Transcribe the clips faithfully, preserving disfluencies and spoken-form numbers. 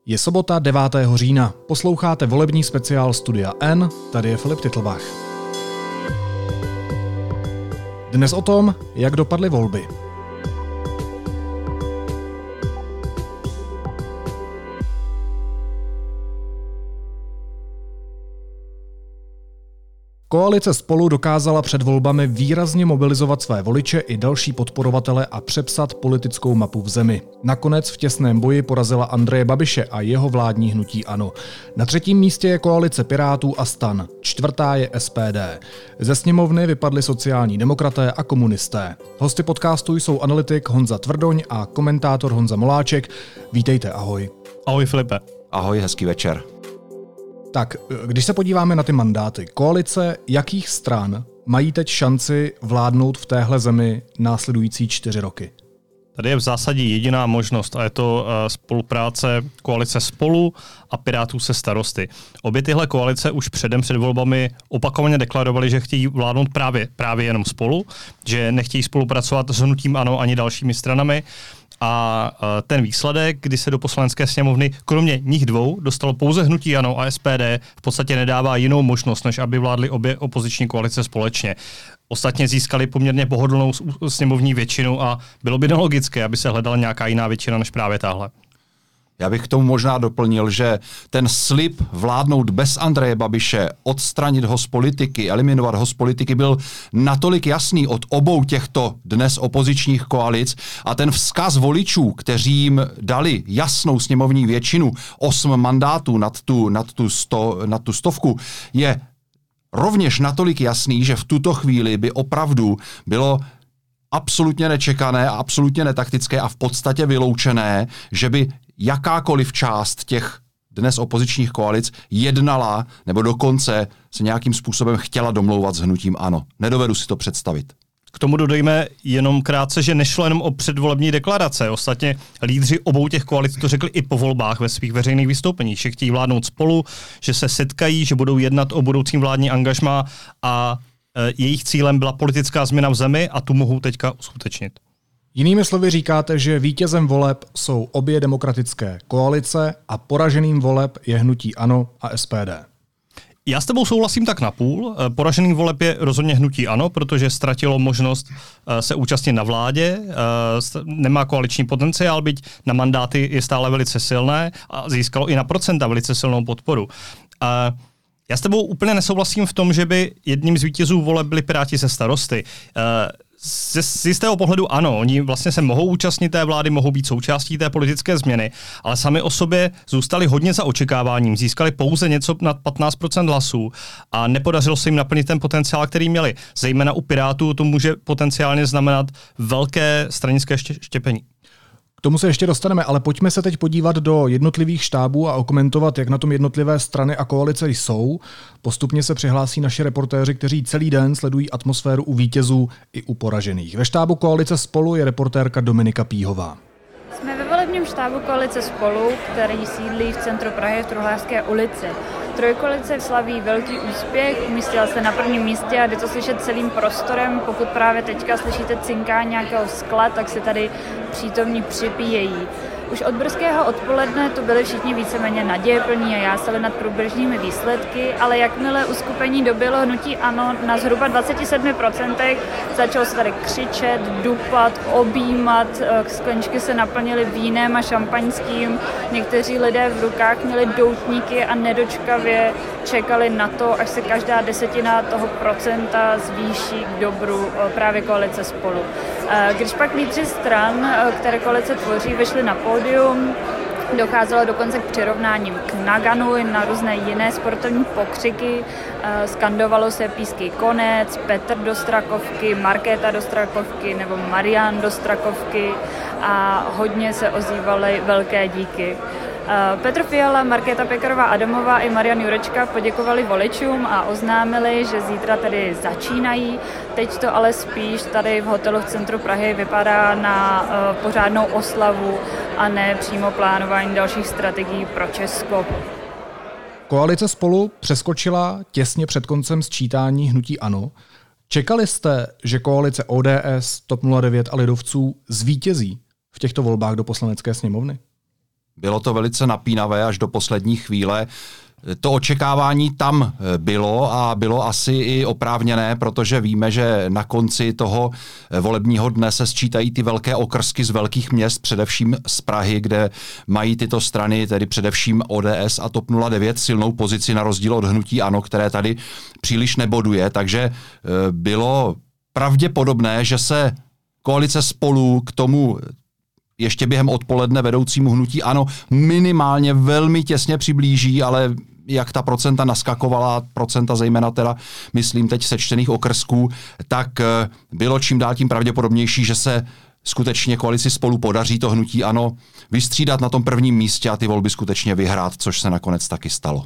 Je sobota devátého října. Posloucháte volební speciál Studia N, tady je Filip Titlbach. Dnes o tom, jak dopadly volby. Koalice Spolu dokázala před volbami výrazně mobilizovat své voliče i další podporovatele a přepsat politickou mapu v zemi. Nakonec v těsném boji porazila Andreje Babiše a jeho vládní hnutí ANO. Na třetím místě je koalice Pirátů a STAN, čtvrtá je S P D. Ze sněmovny vypadli sociální demokraté a komunisté. Hosty podcastu jsou analytik Honza Tvrdoň a komentátor Honza Moláček. Vítejte, ahoj. Ahoj Filipe. Ahoj, hezký večer. Tak, když se podíváme na ty mandáty, koalice jakých stran mají teď šanci vládnout v téhle zemi následující čtyři roky? Tady je v zásadě jediná možnost a je to spolupráce koalice Spolu a Pirátů se Starosty. Obě tyhle koalice už předem před volbami opakovaně deklarovaly, že chtějí vládnout právě, právě jenom Spolu, že nechtějí spolupracovat s hnutím ANO ani dalšími stranami. A ten výsledek, kdy se do poslanecké sněmovny kromě nich dvou dostalo pouze hnutí ANO a S P D, v podstatě nedává jinou možnost, než aby vládly obě opoziční koalice společně. Ostatně získali poměrně pohodlnou sněmovní většinu a bylo by nelogické, aby se hledala nějaká jiná většina než právě tahle. Já bych k tomu možná doplnil, že ten slib vládnout bez Andreje Babiše, odstranit ho z politiky, eliminovat ho z politiky byl natolik jasný od obou těchto dnes opozičních koalic a ten vzkaz voličů, kteří jim dali jasnou sněmovní většinu, osm mandátů nad tu, nad tu, sto, nad tu stovku, je rovněž natolik jasný, že v tuto chvíli by opravdu bylo absolutně nečekané a absolutně netaktické a v podstatě vyloučené, že by jakákoliv část těch dnes opozičních koalic jednala nebo dokonce se nějakým způsobem chtěla domlouvat s hnutím ANO. Nedovedu si to představit. K tomu dodejme jenom krátce, že nešlo jenom o předvolební deklarace. Ostatně lídři obou těch koalic to řekli i po volbách ve svých veřejných vystoupeních, že chtějí vládnout Spolu, že se setkají, že budou jednat o budoucím vládní angažmá a e, jejich cílem byla politická změna v zemi a tu mohou teďka uskutečnit. Jinými slovy říkáte, že vítězem voleb jsou obě demokratické koalice a poraženým voleb je hnutí ANO a S P D. Já s tebou souhlasím tak napůl. Poražený voleb je rozhodně hnutí ANO, protože ztratilo možnost se účastnit na vládě, nemá koaliční potenciál, byť na mandáty je stále velice silné a získalo i na procenta velice silnou podporu. Já s tebou úplně nesouhlasím v tom, že by jedním z vítězů voleb byli Piráti se Starosty. Z, z jistého pohledu ano, oni vlastně se mohou účastnit té vlády, mohou být součástí té politické změny, ale sami o sobě zůstali hodně za očekáváním, získali pouze něco nad patnáct procent hlasů a nepodařilo se jim naplnit ten potenciál, který měli. Zejména u Pirátů to může potenciálně znamenat velké stranické ště, štěpení. K tomu se ještě dostaneme, ale pojďme se teď podívat do jednotlivých štábů a okomentovat, jak na tom jednotlivé strany a koalice jsou. Postupně se přihlásí naši reportéři, kteří celý den sledují atmosféru u vítězů i u poražených. Ve štábu koalice Spolu je reportérka Dominika Píhová. Jsme ve volebním štábu koalice Spolu, který sídlí v centru Prahy v Truhlářské ulici. Trojkoalice slaví velký úspěch, umístila se na prvním místě a jde to slyšet celým prostorem. Pokud právě teďka slyšíte cinkání nějakého skla, tak se tady přítomní připíjejí. Už od brzkého odpoledne tu byli všichni víceméně nadějeplní a jásali nad průběžnými výsledky, ale jakmile uskupení dobylo hnutí ANO na zhruba dvacet sedm procent, začalo se tady křičet, dupat, objímat, skleničky se naplnily vínem a šampaňským, někteří lidé v rukách měli doutníky a nedočkavě čekali na to, až se každá desetina toho procenta zvýší k dobru právě koalice Spolu. Když pak lídři stran, které koalice tvoří, vyšli na pódium, docházelo dokonce k přirovnáním k Naganu, na různé jiné sportovní pokřiky, skandovalo se písky Konec, Petr do Strakovky, Markéta do Strakovky nebo Marian do Strakovky a hodně se ozývaly velké díky. Petr Fiala, Markéta Pekarová Adamová i Marian Jurečka poděkovali voličům a oznámili, že zítra tedy začínají. Teď to ale spíš tady v hotelu v centru Prahy vypadá na pořádnou oslavu a ne přímo plánování dalších strategií pro Česko. Koalice Spolu přeskočila těsně před koncem sčítání hnutí ANO. Čekali jste, že koalice O D S, TOP nula devět a lidovců zvítězí v těchto volbách do poslanecké sněmovny? Bylo to velice napínavé až do poslední chvíle. To očekávání tam bylo a bylo asi i oprávněné, protože víme, že na konci toho volebního dne se sčítají ty velké okrsky z velkých měst, především z Prahy, kde mají tyto strany, tedy především O D S a TOP nula devět, silnou pozici na rozdíl od hnutí ANO, které tady příliš neboduje. Takže bylo pravděpodobné, že se koalice Spolu k tomu ještě během odpoledne vedoucímu hnutí ANO minimálně velmi těsně přiblíží, ale jak ta procenta naskakovala, procenta zejména teda, myslím teď sečtených okrsků, tak bylo čím dál tím pravděpodobnější, že se skutečně koalici Spolu podaří to hnutí ANO vystřídat na tom prvním místě a ty volby skutečně vyhrát, což se nakonec taky stalo.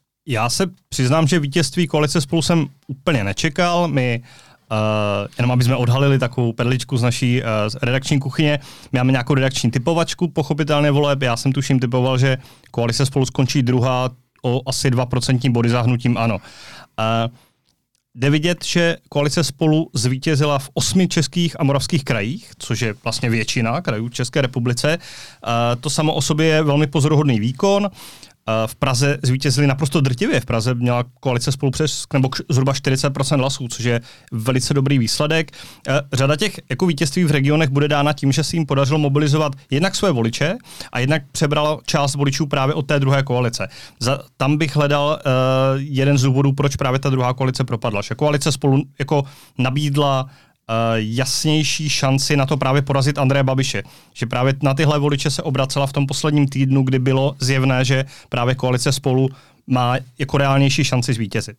Já se přiznám, že vítězství koalice Spolu jsem úplně nečekal. My Uh, jenom aby jsme odhalili takovou perličku z naší uh, redakční kuchyně. My máme nějakou redakční typovačku, pochopitelně voleb. Já jsem tuším typoval, že koalice Spolu skončí druhá o asi dva procentní body za hnutím ANO. Uh, jde vidět, že koalice Spolu zvítězila v osmi českých a moravských krajích, což je vlastně většina krajů v České republice. Uh, to samo o sobě je velmi pozoruhodný výkon. V Praze zvítězili naprosto drtivě. V Praze měla koalice Spolu přes nebo zhruba čtyřicet procent hlasů, což je velice dobrý výsledek. Řada těch jako vítězství v regionech bude dána tím, že se jim podařilo mobilizovat jednak své voliče a jednak přebrala část voličů právě od té druhé koalice. Za, tam bych hledal uh, jeden z důvodů, proč právě ta druhá koalice propadla. Že koalice Spolu jako nabídla Uh, jasnější šanci na to právě porazit Andreje Babiše. Že právě na tyhle voliče se obracela v tom posledním týdnu, kdy bylo zjevné, že právě koalice Spolu má jako reálnější šanci zvítězit.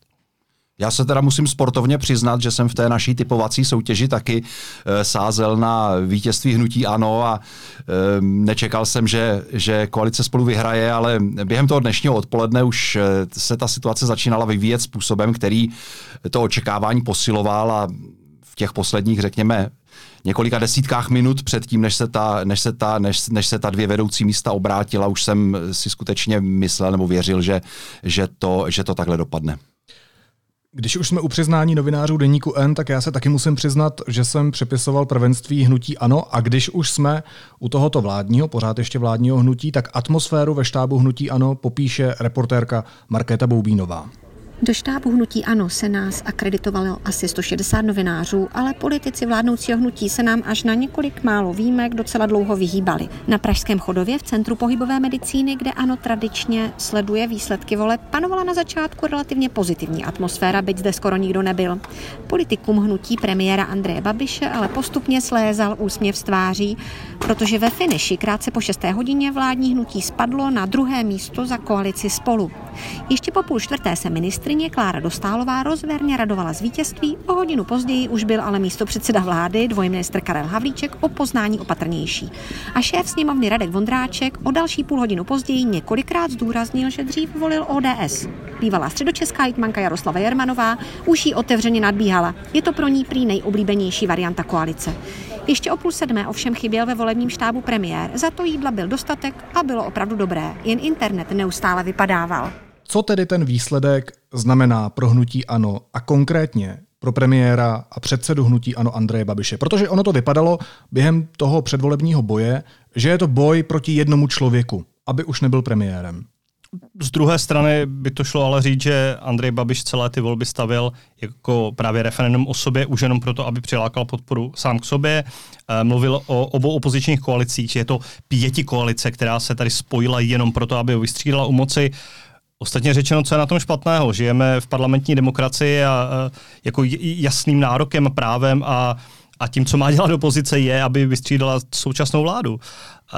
Já se teda musím sportovně přiznat, že jsem v té naší typovací soutěži taky e, sázel na vítězství hnutí ANO a e, nečekal jsem, že, že koalice Spolu vyhraje, ale během toho dnešního odpoledne už e, se ta situace začínala vyvíjet způsobem, který to očekávání posiloval a v těch posledních, řekněme, několika desítkách minut předtím, než se ta, než se ta, než, než se ta dvě vedoucí místa obrátila, už jsem si skutečně myslel nebo věřil, že, že, to, že to takhle dopadne. Když už jsme u přiznání novinářů Deníku N, tak já se taky musím přiznat, že jsem přepisoval prvenství hnutí ANO a když už jsme u tohoto vládního, pořád ještě vládního hnutí, tak atmosféru ve štábu hnutí ANO popíše reportérka Markéta Boubínová. Do štábu hnutí ANO se nás akreditovalo asi sto šedesát novinářů, ale politici vládnoucího hnutí se nám až na několik málo výjimek docela dlouho vyhýbali. Na Pražském Chodově v Centru pohybové medicíny, kde ANO tradičně sleduje výsledky voleb, panovala na začátku relativně pozitivní atmosféra, byť zde skoro nikdo nebyl. Politikům hnutí premiéra Andreje Babiše ale postupně slézal úsměv z tváří, protože ve finiši krátce po šesté hodině vládní hnutí spadlo na druhé místo za koalici Spolu. Ještě po půl čtvrté se ministryně Klára Dostálová rozverně radovala z vítězství, o hodinu později už byl ale místopředseda vlády, dvojministr Karel Havlíček, o poznání opatrnější. A šéf sněmovny Radek Vondráček o další půl hodinu později několikrát zdůraznil, že dřív volil O D S. Bývalá středočeská hejtmanka Jaroslava Jermanová už jí otevřeně nadbíhala. Je to pro ní prý nejoblíbenější varianta koalice. Ještě o půl sedmé ovšem chyběl ve volebním štábu premiér. Za to jídla byl dostatek a bylo opravdu dobré. Jen internet neustále vypadával. Co tedy ten výsledek znamená pro hnutí ANO a konkrétně pro premiéra a předsedu hnutí ANO Andreje Babiše? Protože ono to vypadalo během toho předvolebního boje, že je to boj proti jednomu člověku, aby už nebyl premiérem. Z druhé strany by to šlo ale říct, že Andrej Babiš celé ty volby stavil jako právě referendum o sobě, už jenom proto, aby přilákal podporu sám k sobě. Mluvil o obou opozičních koalicích, že je to pěti koalice, která se tady spojila jenom proto, aby ho vystřídala u moci. Ostatně řečeno, co je na tom špatného. Žijeme v parlamentní demokracii a, a jako jasným nárokem, právem a, a tím, co má dělat opozice, je, aby vystřídala současnou vládu. Uh,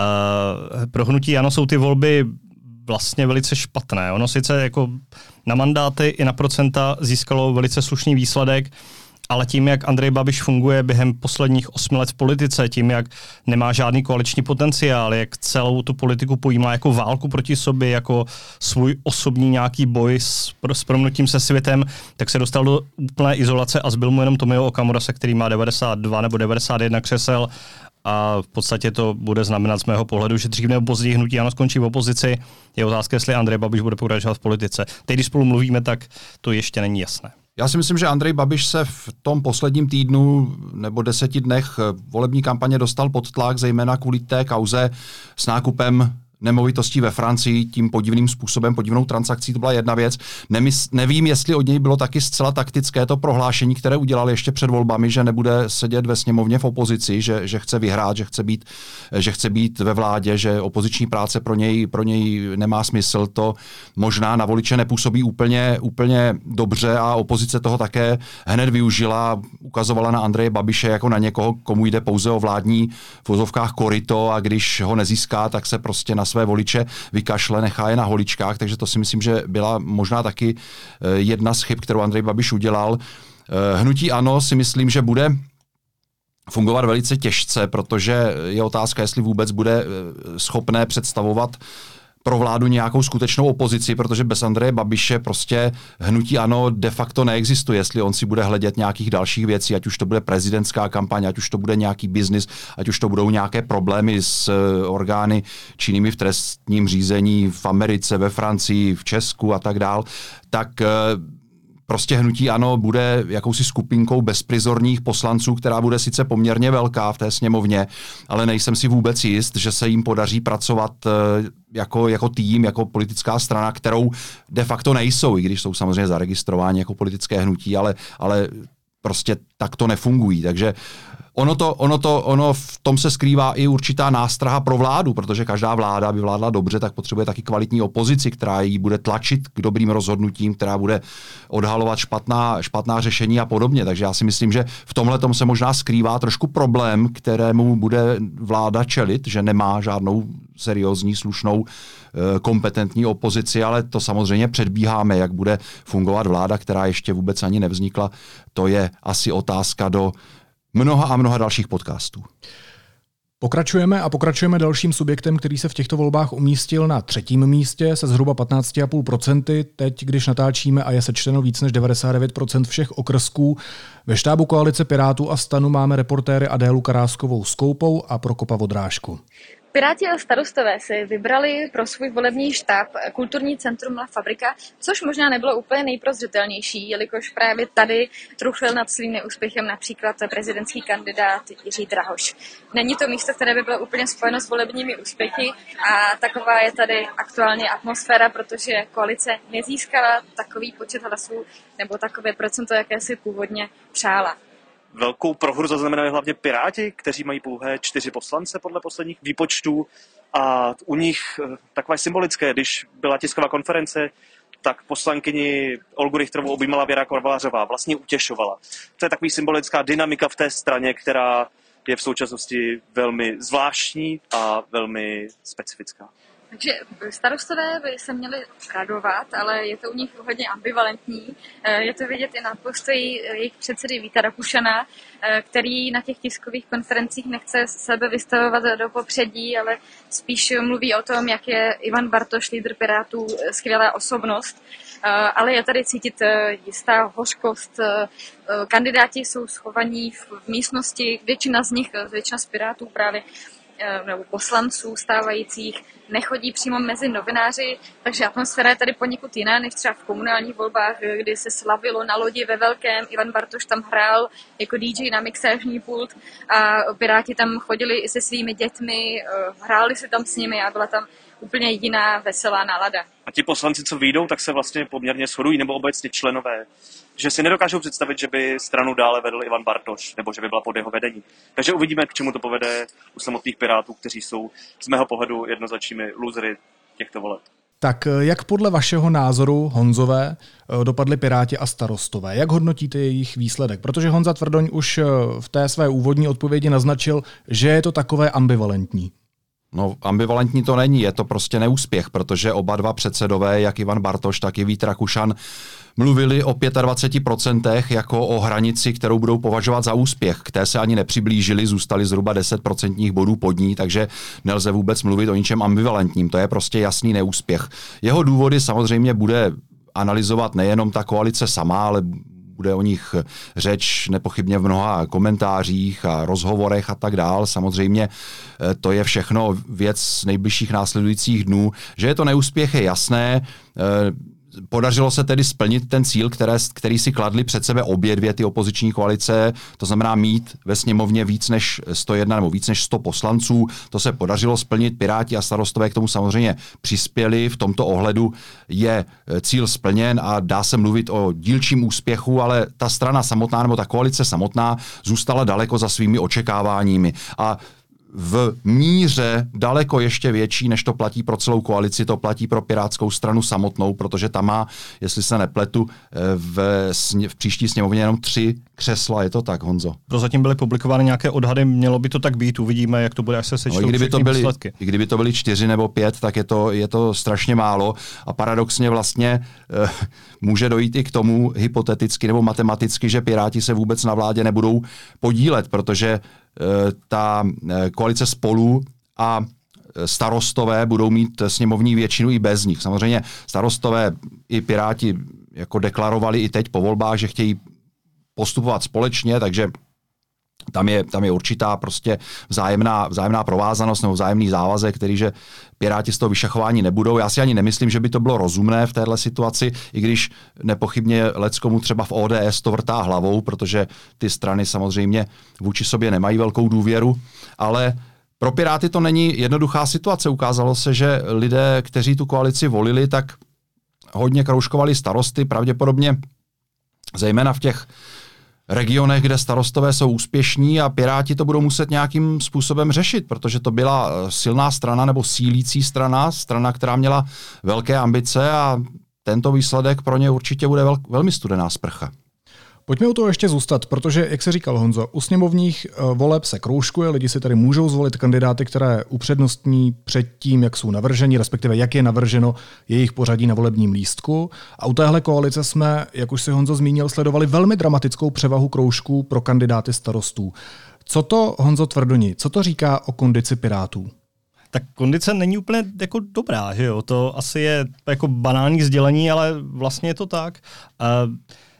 pro hnutí ANO jsou ty volby vlastně velice špatné. Ono sice jako na mandáty i na procenta získalo velice slušný výsledek, ale tím, jak Andrej Babiš funguje během posledních osmi let v politice, tím, jak nemá žádný koaliční potenciál, jak celou tu politiku pojímá jako válku proti sobě, jako svůj osobní nějaký boj s, s promnutím se světem, tak se dostal do úplné izolace a zbyl mu jenom Tomio Okamura, se který má devadesát dva nebo devadesát jedna křesel. A v podstatě to bude znamenat z mého pohledu, že dřív nebo později hnutí ANO skončí v opozici. Je otázka, jestli Andrej Babiš bude pokračovat v politice. Teď, když spolu mluvíme, tak to ještě není jasné. Já si myslím, že Andrej Babiš se v tom posledním týdnu nebo deseti dnech volební kampaně dostal pod tlak, zejména kvůli té kauze s nákupem nemovitostí ve Francii tím podivným způsobem, podivnou transakcí, to byla jedna věc. Nemys- nevím, jestli od něj bylo taky zcela taktické to prohlášení, které udělal ještě před volbami, že nebude sedět ve sněmovně v opozici, že, že chce vyhrát, že chce být, že chce být ve vládě, že opoziční práce pro něj, pro něj nemá smysl. To možná na voliče nepůsobí úplně, úplně dobře a opozice toho také hned využila, ukazovala na Andreje Babiše jako na někoho, komu jde pouze o vládní v vozovkách koryto a když ho nezíská, tak se prostě na své voliče vykašle, nechá je na holičkách, takže to si myslím, že byla možná taky jedna z chyb, kterou Andrej Babiš udělal. Hnutí ANO si myslím, že bude fungovat velice těžce, protože je otázka, jestli vůbec bude schopné představovat pro vládu nějakou skutečnou opozici, protože bez Andreje Babiše prostě hnutí ANO de facto neexistuje, jestli on si bude hledět nějakých dalších věcí, ať už to bude prezidentská kampaň, ať už to bude nějaký biznis, ať už to budou nějaké problémy s orgány činnými v trestním řízení v Americe, ve Francii, v Česku a tak dál, tak prostě hnutí ANO bude jakousi skupinkou bezprizorních poslanců, která bude sice poměrně velká v té sněmovně, ale nejsem si vůbec jist, že se jim podaří pracovat jako, jako tým, jako politická strana, kterou de facto nejsou, i když jsou samozřejmě zaregistrováni jako politické hnutí, ale, ale prostě tak to nefungují. Takže Ono, to, ono, to, ono v tom se skrývá i určitá nástraha pro vládu, protože každá vláda, aby vládla dobře, tak potřebuje taky kvalitní opozici, která ji bude tlačit k dobrým rozhodnutím, která bude odhalovat špatná, špatná řešení a podobně. Takže já si myslím, že v tomhle tom se možná skrývá trošku problém, kterému bude vláda čelit, že nemá žádnou seriózní, slušnou, kompetentní opozici, ale to samozřejmě předbíháme, jak bude fungovat vláda, která ještě vůbec ani nevznikla. To je asi otázka do mnoha a mnoha dalších podcastů. Pokračujeme a pokračujeme dalším subjektem, který se v těchto volbách umístil na třetím místě se zhruba patnáct celá pět procenta. Teď, když natáčíme a je sečteno víc než devadesát devět procent všech okrsků. Ve štábu koalice Pirátů a STANu máme reportéry Adélu Karáskovou s Koupou a Prokopa Vodrážku. Piráti a starostové si vybrali pro svůj volební štáb kulturní centrum La Fabrika, což možná nebylo úplně nejprozřetelnější, jelikož právě tady trufil nad svým neúspěchem například prezidentský kandidát Jiří Drahoš. Není to místo, které by bylo úplně spojeno s volebními úspěchy a taková je tady aktuálně atmosféra, protože koalice nezískala takový počet hlasů nebo takové procento, jaké si původně přála. Velkou prohru zaznamenali hlavně Piráti, kteří mají pouhé čtyři poslance podle posledních výpočtů a u nich takové symbolické, když byla tisková konference, tak poslankyni Olgu Richterovou objímala Věra Kovářová, vlastně utěšovala. To je takový symbolická dynamika v té straně, která je v současnosti velmi zvláštní a velmi specifická. Takže starostové by se měli radovat, ale je to u nich hodně ambivalentní. Je to vidět i na postoji jejich předsedy Víta Rakušana, který na těch tiskových konferencích nechce sebe vystavovat do popředí, ale spíš mluví o tom, jak je Ivan Bartoš, lídr Pirátů, skvělá osobnost. Ale je tady cítit jistá hořkost. Kandidáti jsou schovaní v místnosti, většina z nich, většina z Pirátů právě, nebo poslanců stávajících nechodí přímo mezi novináři, takže atmosféra je tady poněkud jiná než třeba v komunálních volbách, kdy se slavilo na lodi ve velkém. Ivan Bartoš tam hrál jako dý džej na mixážní pult a Piráti tam chodili i se svými dětmi, hráli se tam s nimi a byla tam úplně jiná veselá nálada. A ti poslanci, co vyjdou, tak se vlastně poměrně shodují, nebo obecně členové, že si nedokážou představit, že by stranu dále vedl Ivan Bartoš, nebo že by byla pod jeho vedení. Takže uvidíme, k čemu to povede u samotných Pirátů, kteří jsou z mého pohledu jednoznačnými losery těchto voleb. Tak jak podle vašeho názoru, Honzové, dopadli Piráti a starostové? Jak hodnotíte jejich výsledek? Protože Honza Tvrdoň už v té své úvodní odpovědi naznačil, že je to takové ambivalentní. No, ambivalentní to není, je to prostě neúspěch, protože oba dva předsedové, jak Ivan Bartoš, tak i Vít Rakušan, mluvili o dvacet pět procent jako o hranici, kterou budou považovat za úspěch. K té se ani nepřiblížili, zůstali zhruba deset procentních bodů pod ní, takže nelze vůbec mluvit o ničem ambivalentním. To je prostě jasný neúspěch. Jeho důvody samozřejmě bude analyzovat nejenom ta koalice sama, ale bude o nich řeč nepochybně v mnoha komentářích a rozhovorech a tak dál. Samozřejmě to je všechno věc nejbližších následujících dnů. Že je to neúspěch, je jasné. podařilo se tedy splnit ten cíl, které, který si kladly před sebe obě dvě ty opoziční koalice, to znamená mít ve sněmovně víc než sto jedna nebo víc než sto poslanců. To se podařilo splnit, Piráti a Starostové k tomu samozřejmě přispěli. V tomto ohledu je cíl splněn a dá se mluvit o dílčím úspěchu, ale ta strana samotná nebo ta koalice samotná zůstala daleko za svými očekáváními. A v míře daleko ještě větší, než to platí pro celou koalici, to platí pro Pirátskou stranu samotnou, protože ta má, jestli se nepletu, v, v příští sněmovně jenom tři křesla. Je to tak, Honzo? Prozatím byly publikovány nějaké odhady, mělo by to tak být, uvidíme, jak to bude, až se sečtou no, kdyby to byly, výsledky. I kdyby to byly čtyři nebo pět, tak je to, je to strašně málo a paradoxně vlastně eh, může dojít i k tomu hypoteticky nebo matematicky, že Piráti se vůbec na vládě nebudou podílet, protože ta koalice Spolu a Starostové budou mít sněmovní většinu i bez nich. Samozřejmě Starostové i Piráti jako deklarovali i teď po volbách, že chtějí postupovat společně, takže tam je, tam je určitá prostě vzájemná, vzájemná provázanost nebo vzájemný závazek, který, že Piráti z toho vyšachování nebudou. Já si ani nemyslím, že by to bylo rozumné v téhle situaci, i když nepochybně leckomu třeba v O D S to vrtá hlavou, protože ty strany samozřejmě vůči sobě nemají velkou důvěru, ale pro Piráty to není jednoduchá situace. Ukázalo se, že lidé, kteří tu koalici volili, tak hodně kroužkovali starosty, pravděpodobně zejména v těch regionech, kde Starostové jsou úspěšní a Piráti to budou muset nějakým způsobem řešit, protože to byla silná strana nebo sílící strana, strana, která měla velké ambice a tento výsledek pro ně určitě bude vel, velmi studená sprcha. Pojďme u toho ještě zůstat, protože, jak se říkal Honzo, u sněmovních voleb se kroužkuje, lidi si tady můžou zvolit kandidáty, které upřednostní před tím, jak jsou navrženi, respektive jak je navrženo jejich pořadí na volebním lístku. A u téhle koalice jsme, jak už si Honzo zmínil, sledovali velmi dramatickou převahu kroužků pro kandidáty starostů. Co to, Honzo Tvrdoni, co to říká o kondici Pirátů? Tak kondice není úplně jako dobrá, že jo? To asi je jako banální sdělení, ale vlastně je to tak. Uh,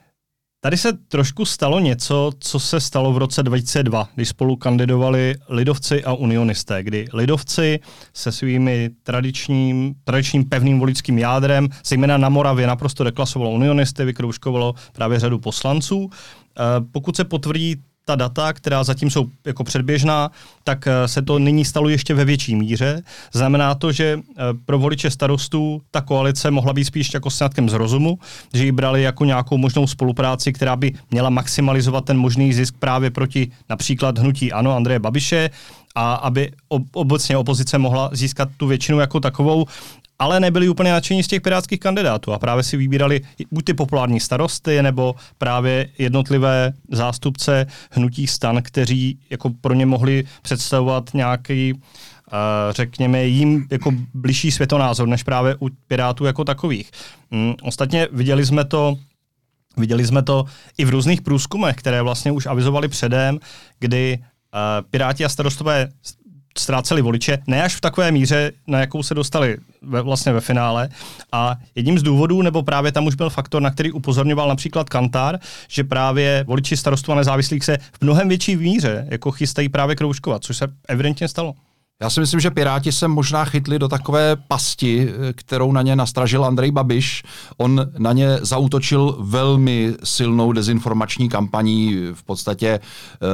Tady se trošku stalo něco, co se stalo v roce dva tisíce dva, když spolu kandidovali lidovci a unionisté, kdy lidovci se svými tradičním, tradičním pevným voličským jádrem, zejména na Moravě, naprosto deklasovalo unionisty, vykroužkovalo právě řadu poslanců. Pokud se potvrdí ta data, která zatím jsou jako předběžná, tak se to nyní stalo ještě ve větší míře. Znamená to, že pro voliče starostů ta koalice mohla být spíš jako sňatkem z rozumu, že ji brali jako nějakou možnou spolupráci, která by měla maximalizovat ten možný zisk právě proti například hnutí ANO Andreje Babiše a aby obecně opozice mohla získat tu většinu jako takovou, ale nebyli úplně nadšení z těch pirátských kandidátů a právě si vybírali buď ty populární starosty, nebo právě jednotlivé zástupce hnutí STAN, kteří jako pro ně mohli představovat nějaký, uh, řekněme, jim jako bližší světonázor, než právě u Pirátů jako takových. Um, ostatně viděli jsme to Viděli jsme to i v různých průzkumech, které vlastně už avizovali předem, kdy uh, Piráti a starostové ztráceli voliče, ne až v takové míře, na jakou se dostali ve, vlastně ve finále. A jedním z důvodů, nebo právě tam už byl faktor, na který upozorňoval například Kantar, že právě voliči starostů a nezávislých se v mnohem větší míře jako chystají právě kroužkovat, což se evidentně stalo. Já si myslím, že Piráti se možná chytli do takové pasti, kterou na ně nastražil Andrej Babiš. On na ně zaútočil velmi silnou dezinformační kampaní, v podstatě e,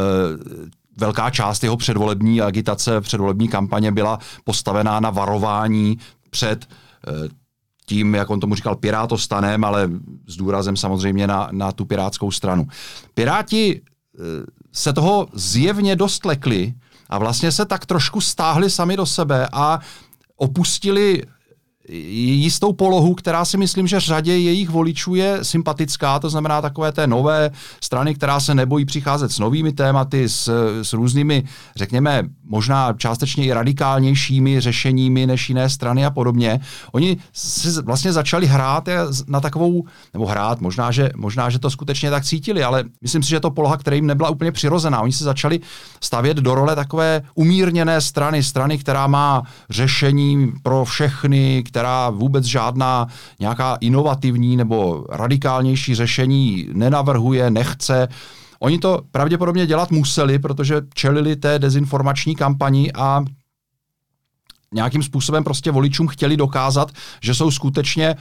velká část jeho předvolební agitace, předvolební kampaně byla postavená na varování před e, tím, jak on tomu říkal, pirátostanem, ale s důrazem samozřejmě na, na tu pirátskou stranu. Piráti e, se toho zjevně dost lekli a vlastně se tak trošku stáhli sami do sebe a opustili jistou polohu, která si myslím, že řadě jejich voličů je sympatická, to znamená takové té nové strany, která se nebojí přicházet s novými tématy, s, s různými, řekněme, možná částečně i radikálnějšími řešeními než jiné strany a podobně. Oni si vlastně začali hrát na takovou, nebo hrát, možná že, možná, že to skutečně tak cítili, ale myslím si, že to poloha, která jim nebyla úplně přirozená. Oni se začali stavět do role takové umírněné strany, strany, která má řešení pro všechny, která vůbec žádná nějaká inovativní nebo radikálnější řešení nenavrhuje, nechce. Oni to pravděpodobně dělat museli, protože čelili té dezinformační kampani a nějakým způsobem prostě voličům chtěli dokázat, že jsou skutečně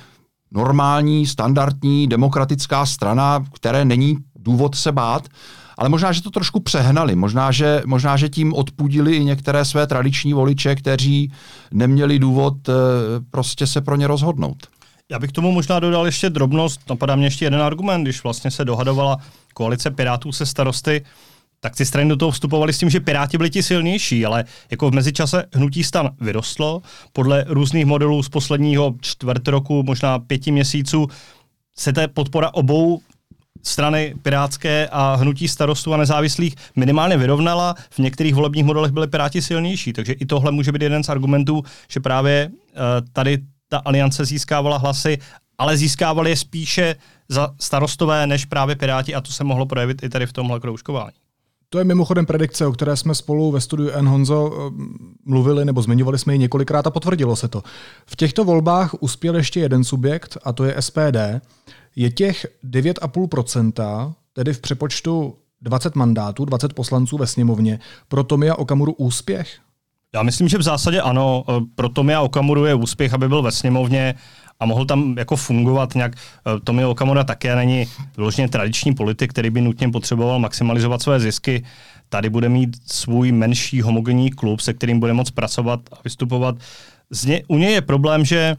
normální, standardní, demokratická strana, které není důvod se bát, ale možná, že to trošku přehnali. Možná, že, možná, že tím odpudili i některé své tradiční voliče, kteří neměli důvod prostě se pro ně rozhodnout. Já bych tomu možná dodal ještě drobnost, napadá mě ještě jeden argument, když vlastně se dohadovala koalice Pirátů se Starosty, tak ty strany do toho vstupovaly s tím, že Piráti byli ti silnější, ale jako v mezičase hnutí STAN vyrostlo. Podle různých modelů z posledního čtvrt roku, možná pěti měsíců, se ta podpora obou strany pirátské a hnutí Starostů a nezávislých minimálně vyrovnala. V některých volebních modelech byli Piráti silnější, takže i tohle může být jeden z argumentů, že právě uh, tady ta aliance získávala hlasy, ale získávali je spíše za Starostové než právě Piráti a to se mohlo projevit i tady v tomhle kroužkování. To je mimochodem predikce, o které jsme spolu ve studiu N. Honzo mluvili nebo zmiňovali jsme ji několikrát a potvrdilo se to. V těchto volbách uspěl ještě jeden subjekt a to je S P D. Je těch devět celá pět procenta, tedy v přepočtu dvacet mandátů, dvacet poslanců ve sněmovně, pro Tomia Okamuru úspěch? Já myslím, že v zásadě ano. Pro Tomia Okamuru je úspěch, aby byl ve sněmovně a mohl tam jako fungovat nějak. Tomio Okamura také není vyloženě tradiční politik, který by nutně potřeboval maximalizovat své zisky. Tady bude mít svůj menší homogenní klub, se kterým bude moct pracovat a vystupovat. Z ně, u něj je problém, že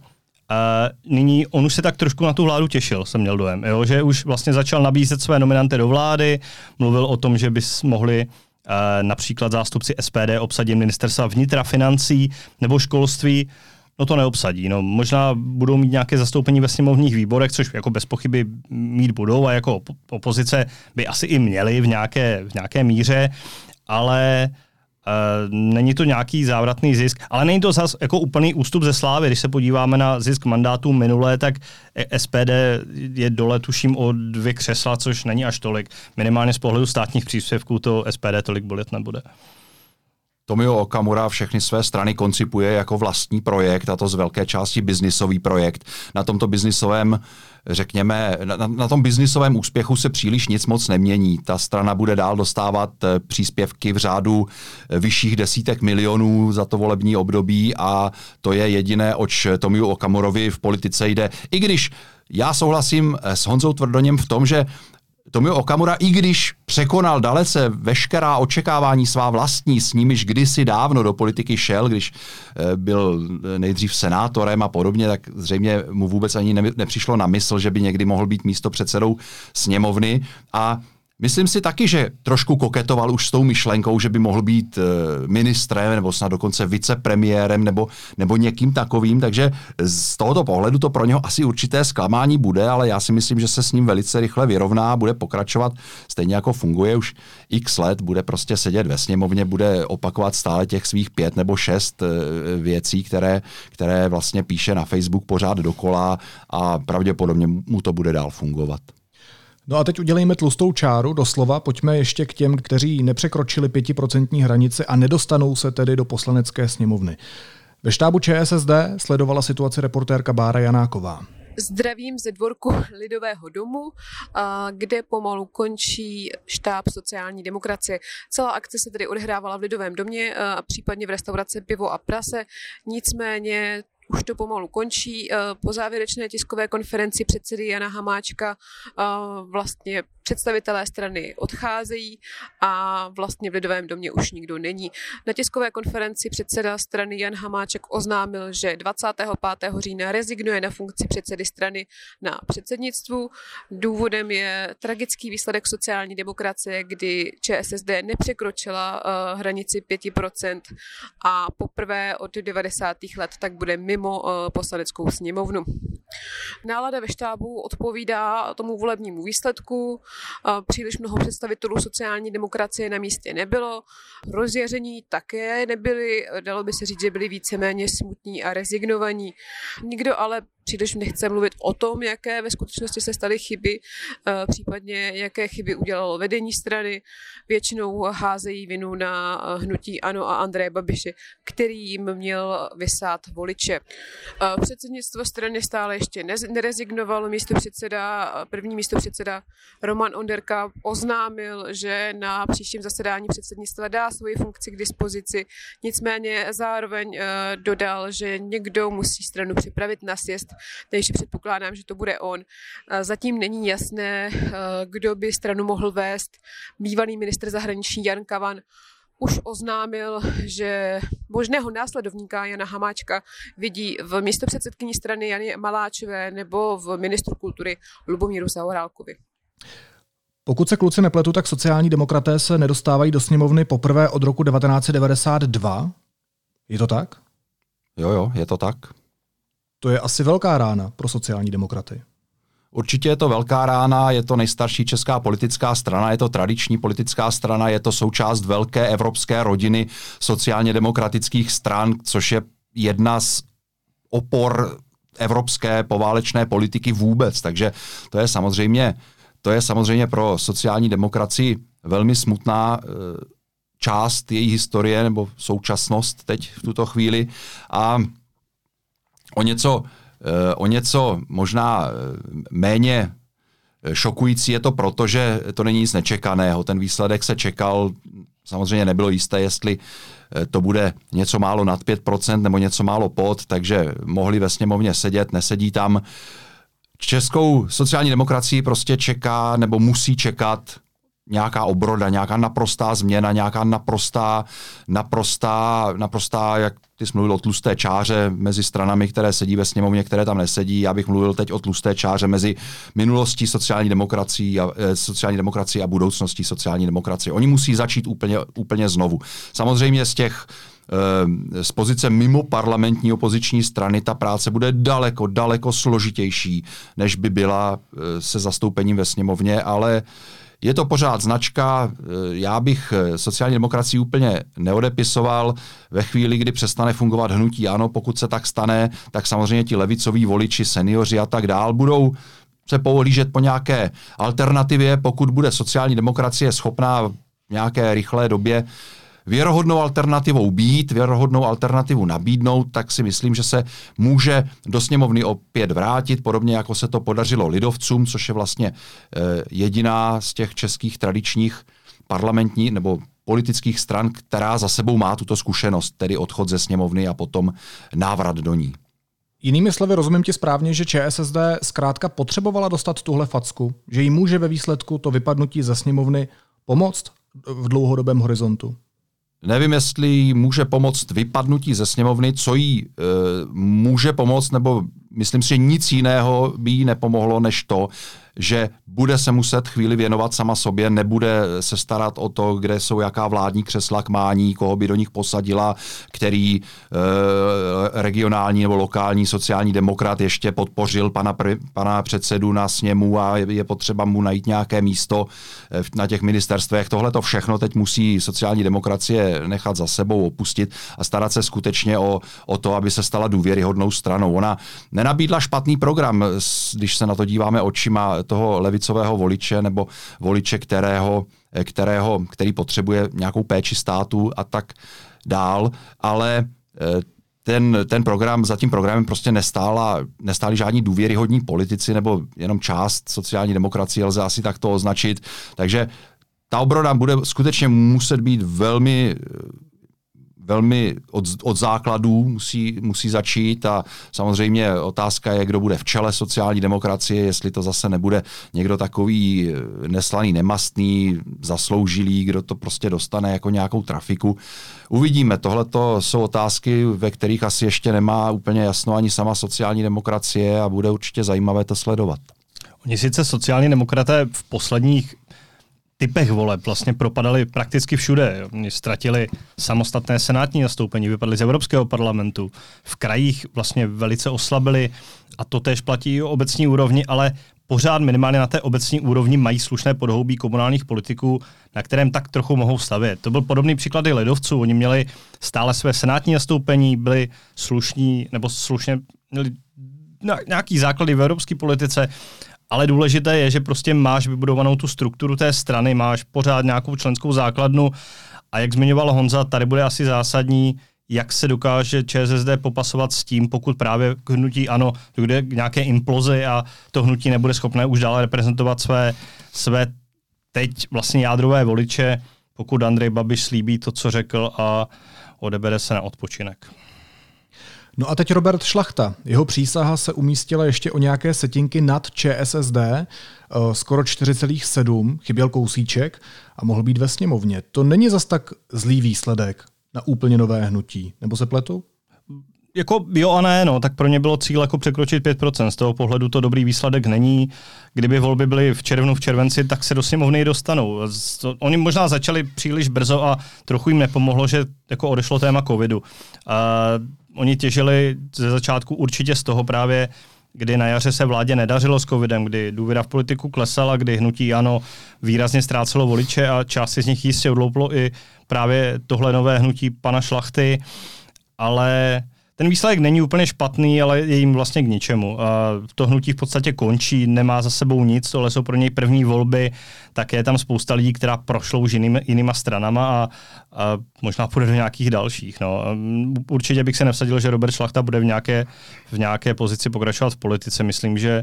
uh, nyní on už se tak trošku na tu vládu těšil, jsem měl dojem, jo? Že už vlastně začal nabízet své nominanty do vlády, mluvil o tom, že by mohli uh, například zástupci S P D obsadit ministerstva vnitra, financí nebo školství. No to neobsadí. No, možná budou mít nějaké zastoupení ve sněmovních výborech, což jako bez pochyby mít budou a jako opozice by asi i měli v nějaké, v nějaké míře, ale uh, není to nějaký závratný zisk. Ale není to zase jako úplný ústup ze slávy. Když se podíváme na zisk mandátů minulé, tak S P D je dole tuším o dvě křesla, což není až tolik. Minimálně z pohledu státních příspěvků to S P D tolik bolet nebude. Tomio Okamura všechny své strany koncipuje jako vlastní projekt, a to z velké části biznisový projekt. Na tomto biznisovém, řekněme, na, na tom biznisovém úspěchu se příliš nic moc nemění. Ta strana bude dál dostávat příspěvky v řádu vyšších desítek milionů za to volební období a to je jediné, oč Tomiu Okamurovi v politice jde. I když já souhlasím s Honzou Tvrdoněm v tom, že Tomio Okamura, i když překonal dalece veškerá očekávání svá vlastní, s nimiž kdysi dávno do politiky šel, když byl nejdřív senátorem a podobně, tak zřejmě mu vůbec ani nepřišlo na mysl, že by někdy mohl být místopředsedou sněmovny. A myslím si taky, že trošku koketoval už s tou myšlenkou, že by mohl být ministrem nebo snad dokonce vicepremiérem nebo, nebo někým takovým, takže z tohoto pohledu to pro něho asi určité zklamání bude, ale já si myslím, že se s ním velice rychle vyrovná, bude pokračovat stejně jako funguje už x let, bude prostě sedět ve sněmovně, bude opakovat stále těch svých pět nebo šest věcí, které, které vlastně píše na Facebook pořád dokola a pravděpodobně mu to bude dál fungovat. No a teď udělejme tlustou čáru doslova, pojďme ještě k těm, kteří nepřekročili pětiprocentní hranici a nedostanou se tedy do poslanecké sněmovny. Ve štábu Č S S D sledovala situaci reportérka Bára Janáková. Zdravím ze dvorku Lidového domu, kde pomalu končí štáb sociální demokracie. Celá akce se tedy odehrávala v Lidovém domě a případně v restauraci Pivo a prase. Nicméně už to pomalu končí. Po závěrečné tiskové konferenci předsedy Jana Hamáčka vlastně představitelé strany odcházejí a vlastně v Lidovém domě už nikdo není. Na tiskové konferenci předseda strany Jan Hamáček oznámil, že dvacátého pátého října rezignuje na funkci předsedy strany na předsednictvu. Důvodem je tragický výsledek sociální demokracie, kdy Č S S D nepřekročila uh, hranici pět procent a poprvé od devadesátých let tak bude mimo uh, poslaneckou sněmovnu. Nálada ve štábu odpovídá tomu volebnímu výsledku. Příliš mnoho představitelů sociální demokracie na místě nebylo. Rozjaření také nebyli, dalo by se říct, že byli víceméně smutní a rezignovaní. Nikdo ale příliš nechce mluvit o tom, jaké ve skutečnosti se staly chyby, případně jaké chyby udělalo vedení strany. Většinou házejí vinu na hnutí ANO a Andreje Babiše, který jim měl vysát voliče. Předsednictvo strany stále ještě nezvolilo. nerezignoval místopředseda, první místopředseda Roman Onderka, oznámil, že na příštím zasedání předsednictva dá svoji funkci k dispozici, nicméně zároveň dodal, že někdo musí stranu připravit na sjezd, takže předpokládám, že to bude on. Zatím není jasné, kdo by stranu mohl vést. Bývalý ministr zahraničí Jan Kavan už oznámil, že možného následovníka Jana Hamáčka vidí v místopředsedkyni strany Jany Maláčové nebo v ministru kultury Lubomíru Zaorálkovi. Pokud se kluci nepletu, tak sociální demokraté se nedostávají do sněmovny poprvé od roku devatenáct set devadesát dva. Je to tak? Jo, jo, je to tak. To je asi velká rána pro sociální demokraty. Určitě je to velká rána, je to nejstarší česká politická strana, je to tradiční politická strana, je to součást velké evropské rodiny sociálně demokratických stran, což je jedna z opor evropské poválečné politiky vůbec. Takže to je samozřejmě, to je samozřejmě pro sociální demokracii velmi smutná část její historie nebo současnost teď v tuto chvíli. A o něco O něco možná méně šokující je to proto, že to není nic nečekaného. Ten výsledek se čekal, samozřejmě nebylo jisté, jestli to bude něco málo nad pět procent nebo něco málo pod, takže mohli ve sněmovně sedět, nesedí tam. Českou sociální demokracii prostě čeká nebo musí čekat nějaká obroda, nějaká naprostá změna, nějaká naprostá, naprostá, naprostá, jak ty jsi mluvil o tlusté čáře mezi stranami, které sedí ve sněmovně, které tam nesedí. Já bych mluvil teď o tlusté čáře mezi minulostí sociální demokracií a, e, sociální demokracií a budoucností sociální demokracie. Oni musí začít úplně, úplně znovu. Samozřejmě z těch e, z pozice mimo parlamentní opoziční strany ta práce bude daleko, daleko složitější, než by byla e, se zastoupením ve sněmovně, ale je to pořád značka, já bych sociální demokracii úplně neodepisoval. Ve chvíli, kdy přestane fungovat hnutí ANO, pokud se tak stane, tak samozřejmě ti levicoví voliči, seniori a tak dál budou se pohlížet po nějaké alternativě, pokud bude sociální demokracie schopná v nějaké rychlé době věrohodnou alternativou být, věrohodnou alternativu nabídnout, tak si myslím, že se může do sněmovny opět vrátit, podobně jako se to podařilo lidovcům, což je vlastně eh, jediná z těch českých tradičních parlamentních nebo politických stran, která za sebou má tuto zkušenost, tedy odchod ze sněmovny a potom návrat do ní. Jinými slovy, rozumím ti správně, že ČSSD zkrátka potřebovala dostat tuhle facku, že jí může ve výsledku to vypadnutí ze sněmovny pomoct v dlouhodobém horizontu? Nevím, jestli jí může pomoct vypadnutí ze sněmovny, co jí e, může pomoct, nebo myslím si, že nic jiného by jí nepomohlo, než to, že bude se muset chvíli věnovat sama sobě, nebude se starat o to, kde jsou jaká vládní křesla k mání, koho by do nich posadila, který e, regionální nebo lokální sociální demokrat ještě podpořil pana, pre, pana předsedu na sněmu a je, je potřeba mu najít nějaké místo na těch ministerstvech. Tohle to všechno teď musí sociální demokracie nechat za sebou, opustit a starat se skutečně o, o to, aby se stala důvěryhodnou stranou. Ona nenabídla špatný program, když se na to díváme očima toho levicového voliče nebo voliče, kterého, kterého, který potřebuje nějakou péči státu a tak dál, ale ten, ten program, za tím programem prostě nestála, nestáli žádní důvěryhodní politici nebo jenom část sociální demokracie, lze asi takto označit. Takže ta obroda bude skutečně muset být velmi velmi od, od základů musí, musí začít a samozřejmě otázka je, kdo bude v čele sociální demokracie, jestli to zase nebude někdo takový neslaný, nemastný, zasloužilý, kdo to prostě dostane jako nějakou trafiku. Uvidíme, tohleto jsou otázky, ve kterých asi ještě nemá úplně jasno ani sama sociální demokracie a bude určitě zajímavé to sledovat. Oni sice sociální demokraté v posledních typech voleb vlastně propadali prakticky všude. Oni ztratili samostatné senátní zastoupení, vypadli z Evropského parlamentu. V krajích vlastně velice oslabili a to též platí i o obecní úrovni, ale pořád minimálně na té obecní úrovni mají slušné podhoubí komunálních politiků, na kterém tak trochu mohou stavět. To byl podobný příklad i lidovců. Oni měli stále své senátní zastoupení, byli slušní nebo slušně měli nějaký základy v evropské politice. Ale důležité je, že prostě máš vybudovanou tu strukturu té strany, máš pořád nějakou členskou základnu a jak zmiňoval Honza, tady bude asi zásadní, jak se dokáže ČSSD popasovat s tím, pokud právě k hnutí ANO dojde k nějaké implozi a to hnutí nebude schopné už dále reprezentovat své, své teď vlastně jádrové voliče, pokud Andrej Babiš slíbí to, co řekl a odebere se na odpočinek. No a teď Robert Šlachta. Jeho přísaha se umístila ještě o nějaké setinky nad ČSSD, skoro čtyři celá sedm, chyběl kousíček a mohl být ve sněmovně. To není zas tak zlý výsledek na úplně nové hnutí, nebo se pletu? Jako jo a ne, no, tak pro ně bylo cíl jako překročit pět procent. Z toho pohledu to dobrý výsledek není. Kdyby volby byly v červnu, v červenci, tak se do sněmovny dostanou. Oni možná začali příliš brzo a trochu jim nepomohlo, že jako odešlo téma covidu. A oni těžili ze začátku určitě z toho právě, kdy na jaře se vládě nedařilo s covidem, kdy důvěra v politiku klesala, kdy hnutí ANO výrazně ztrácelo voliče a část z nich jistě odlouplo i právě tohle nové hnutí pana Šlachty, ale ten výsledek není úplně špatný, ale je jim vlastně k ničemu. A to hnutí v podstatě končí, nemá za sebou nic, tohle jsou pro něj první volby, tak je tam spousta lidí, která prošlou už jiným, jinýma stranama a, a možná půjde do nějakých dalších. No. Určitě bych se nevsadil, že Robert Šlachta bude v nějaké, v nějaké pozici pokračovat v politice. Myslím, že,